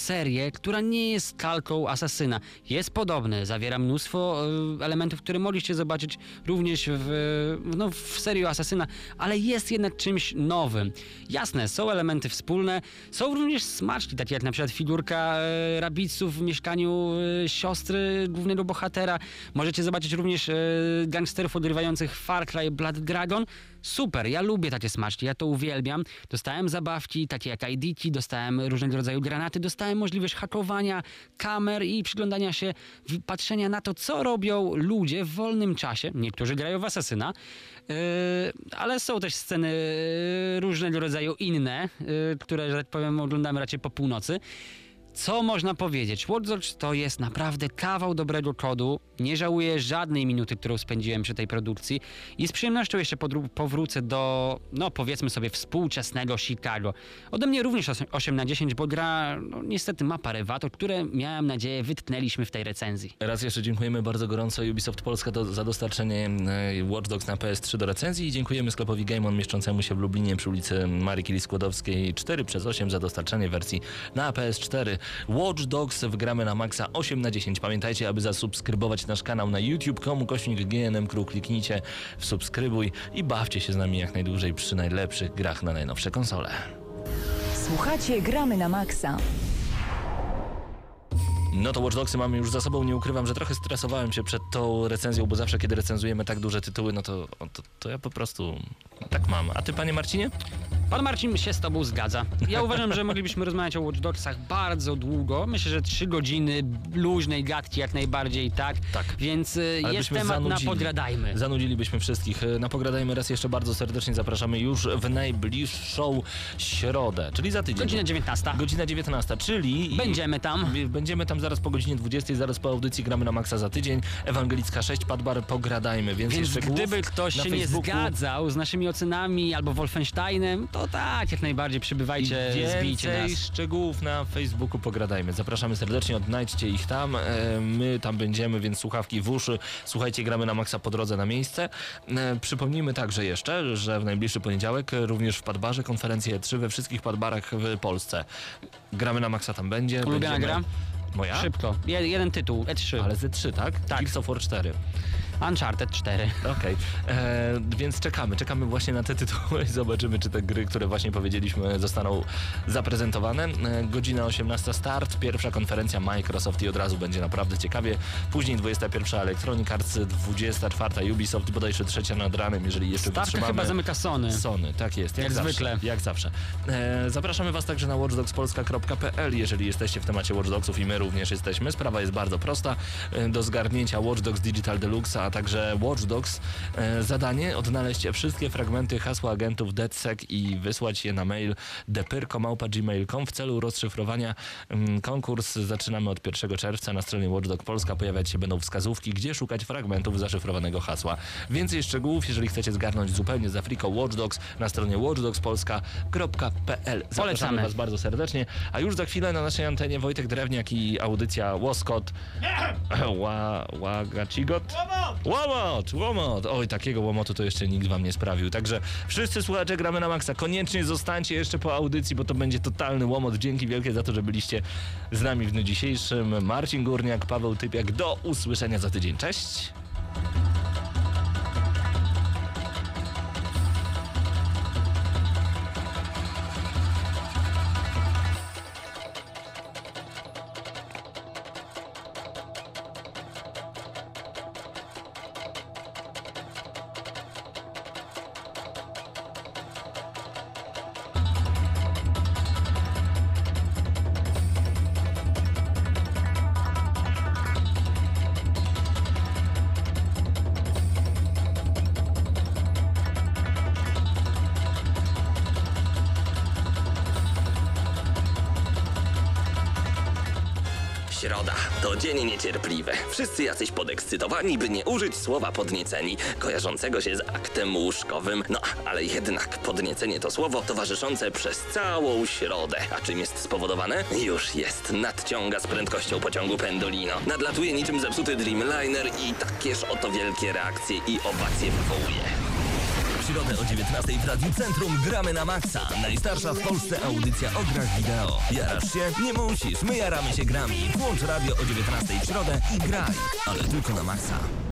serię, która nie jest kalką Asasyna. Jest podobny, zawiera mnóstwo y, elementów, które mogliście zobaczyć również w, no, w serii Asasyna, ale jest jednak czymś nowym. Jasne, są elementy wspólne, są również smaczki, takie jak na przykład figurka y, rabiców w mieszkaniu y, siostry głównego bohatera. Możecie zobaczyć również y, gangsterów odrywających Far Cry Blood Dragon. Super, ja lubię takie smaczki, ja to uwielbiam. Dostałem zabawki, takie jak I D-ki, dostałem różnego rodzaju granaty, dostałem możliwość hakowania kamer i przyglądania się, patrzenia na to, co robią ludzie w wolnym czasie. Niektórzy grają w Asasyna, yy, ale są też sceny różnego rodzaju inne, yy, które, że tak powiem, oglądamy raczej po północy. Co można powiedzieć? Watch Dogs to jest naprawdę kawał dobrego kodu. Nie żałuję żadnej minuty, którą spędziłem przy tej produkcji i z przyjemnością jeszcze podru- powrócę do, no powiedzmy sobie, współczesnego Chicago. Ode mnie również osiem na dziesięć, bo gra no, niestety ma parę watów, które miałem nadzieję wytknęliśmy w tej recenzji. Raz jeszcze dziękujemy bardzo gorąco Ubisoft Polska do, za dostarczenie e, Watch Dogs na P S trzy do recenzji i dziękujemy sklepowi GameOn mieszczącemu się w Lublinie przy ulicy Marii Curie-Skłodowskiej cztery przez osiem za dostarczenie wersji na P S cztery. Watch Dogs w Gramy na Maxa osiem na dziesięć. Pamiętajcie, aby zasubskrybować nasz kanał na YouTube kropka com ukośnik G N M Crew. Kliknijcie w subskrybuj i bawcie się z nami jak najdłużej przy najlepszych grach na najnowsze konsole. Słuchacie Gramy na Maxa. No to Watch Dogsy mamy już za sobą. Nie ukrywam, że trochę stresowałem się przed tą recenzją, bo zawsze kiedy recenzujemy tak duże tytuły, no to, to, to ja po prostu tak mam. A ty, panie Marcinie? Pan Marcin się z tobą zgadza. Ja uważam, że moglibyśmy rozmawiać o Watch Dogsach bardzo długo. Myślę, że trzy godziny luźnej gadki jak najbardziej, tak? Tak. Więc y, Ale jest byśmy temat zanudzili. na Pogradajmy. Zanudzilibyśmy wszystkich. Na Pogradajmy raz jeszcze bardzo serdecznie zapraszamy już w najbliższą środę, czyli za tydzień. Godzina dziewiętnasta. Godzina dziewiętnasta, czyli... Będziemy tam. Będziemy tam zaraz po godzinie dwudziestej, zaraz po audycji Gramy na Maxa za tydzień. Ewangelicka sześć, Padbar, Pogradajmy. Więcej Więc szczegółów gdyby ktoś na się Facebooku. nie zgadzał z naszymi ocenami albo Wolfensteinem, to tak, jak najbardziej przybywajcie, zbijcie Więcej nas. szczegółów na Facebooku Pogradajmy. Zapraszamy serdecznie, odnajdźcie ich tam. E, My tam będziemy, więc słuchawki w uszy. Słuchajcie, Gramy na Maxa po drodze na miejsce. E, Przypomnijmy także jeszcze, że w najbliższy poniedziałek również w Padbarze konferencje E trzy we wszystkich Padbarach w Polsce. Gramy na Maxa tam będzie. Ulubiona Będziemy... gra? Moja? Szybko. Je, jeden tytuł, E trzy. Ale z E trzy, tak? Tak. Gears of War cztery. Uncharted cztery. Okej, okay. Więc czekamy, czekamy właśnie na te tytuły i zobaczymy, czy te gry, które właśnie powiedzieliśmy, zostaną zaprezentowane. E, godzina osiemnasta start, pierwsza konferencja Microsoft i od razu będzie naprawdę ciekawie. Później dwudziesta pierwsza Electronic Arts, dwudziesta czwarta Ubisoft i bodajże trzecia nad ranem, jeżeli jeszcze Stawkę wytrzymamy. chyba zamyka Sony. Sony, tak jest, jak, Jak zawsze, zwykle. Jak zawsze. E, zapraszamy was także na watchdogspolska kropka p l, jeżeli jesteście w temacie Watch Dogsów i my również jesteśmy. Sprawa jest bardzo prosta. E, do zgarnięcia Watch Dogs Digital Deluxe, a także Watch Dogs. E, zadanie odnaleźć wszystkie fragmenty hasła agentów DedSec i wysłać je na mail depyrko małpa gmail kropka com w celu rozszyfrowania. Mm, konkurs zaczynamy od pierwszego czerwca. Na stronie Watch Dog Polska pojawiać się będą wskazówki, gdzie szukać fragmentów zaszyfrowanego hasła. Więcej szczegółów, jeżeli chcecie zgarnąć zupełnie z Afriką Watch Dogs, na stronie watchdogspolska kropka p l. Zapraszamy Polecamy was bardzo serdecznie. A już za chwilę na naszej antenie Wojtek Drewniak i audycja Łoskot. Ła, łagacigot? Łomot! Łomot! Oj, takiego łomotu to jeszcze nikt wam nie sprawił. Także wszyscy słuchacze Gramy na Maxa, koniecznie zostańcie jeszcze po audycji, bo to będzie totalny łomot. Dzięki wielkie za to, że byliście z nami w dniu dzisiejszym. Marcin Górniak, Paweł Typiak. Do usłyszenia za tydzień. Cześć! Środa to dzień niecierpliwy. Wszyscy jacyś podekscytowani, by nie użyć słowa podnieceni, kojarzącego się z aktem łóżkowym. No, ale jednak podniecenie to słowo towarzyszące przez całą środę. A czym jest spowodowane? Już jest. Nadciąga z prędkością pociągu Pendolino. Nadlatuje niczym zepsuty Dreamliner i takież oto wielkie reakcje i owacje wywołuje. środę o dziewiętnastej w Radiu Centrum gramy na maksa. Najstarsza w Polsce audycja o grach wideo. Jarasz się? Nie musisz. My jaramy się grami. Włącz radio o dziewiętnastej w środę i graj. Ale tylko na maksa.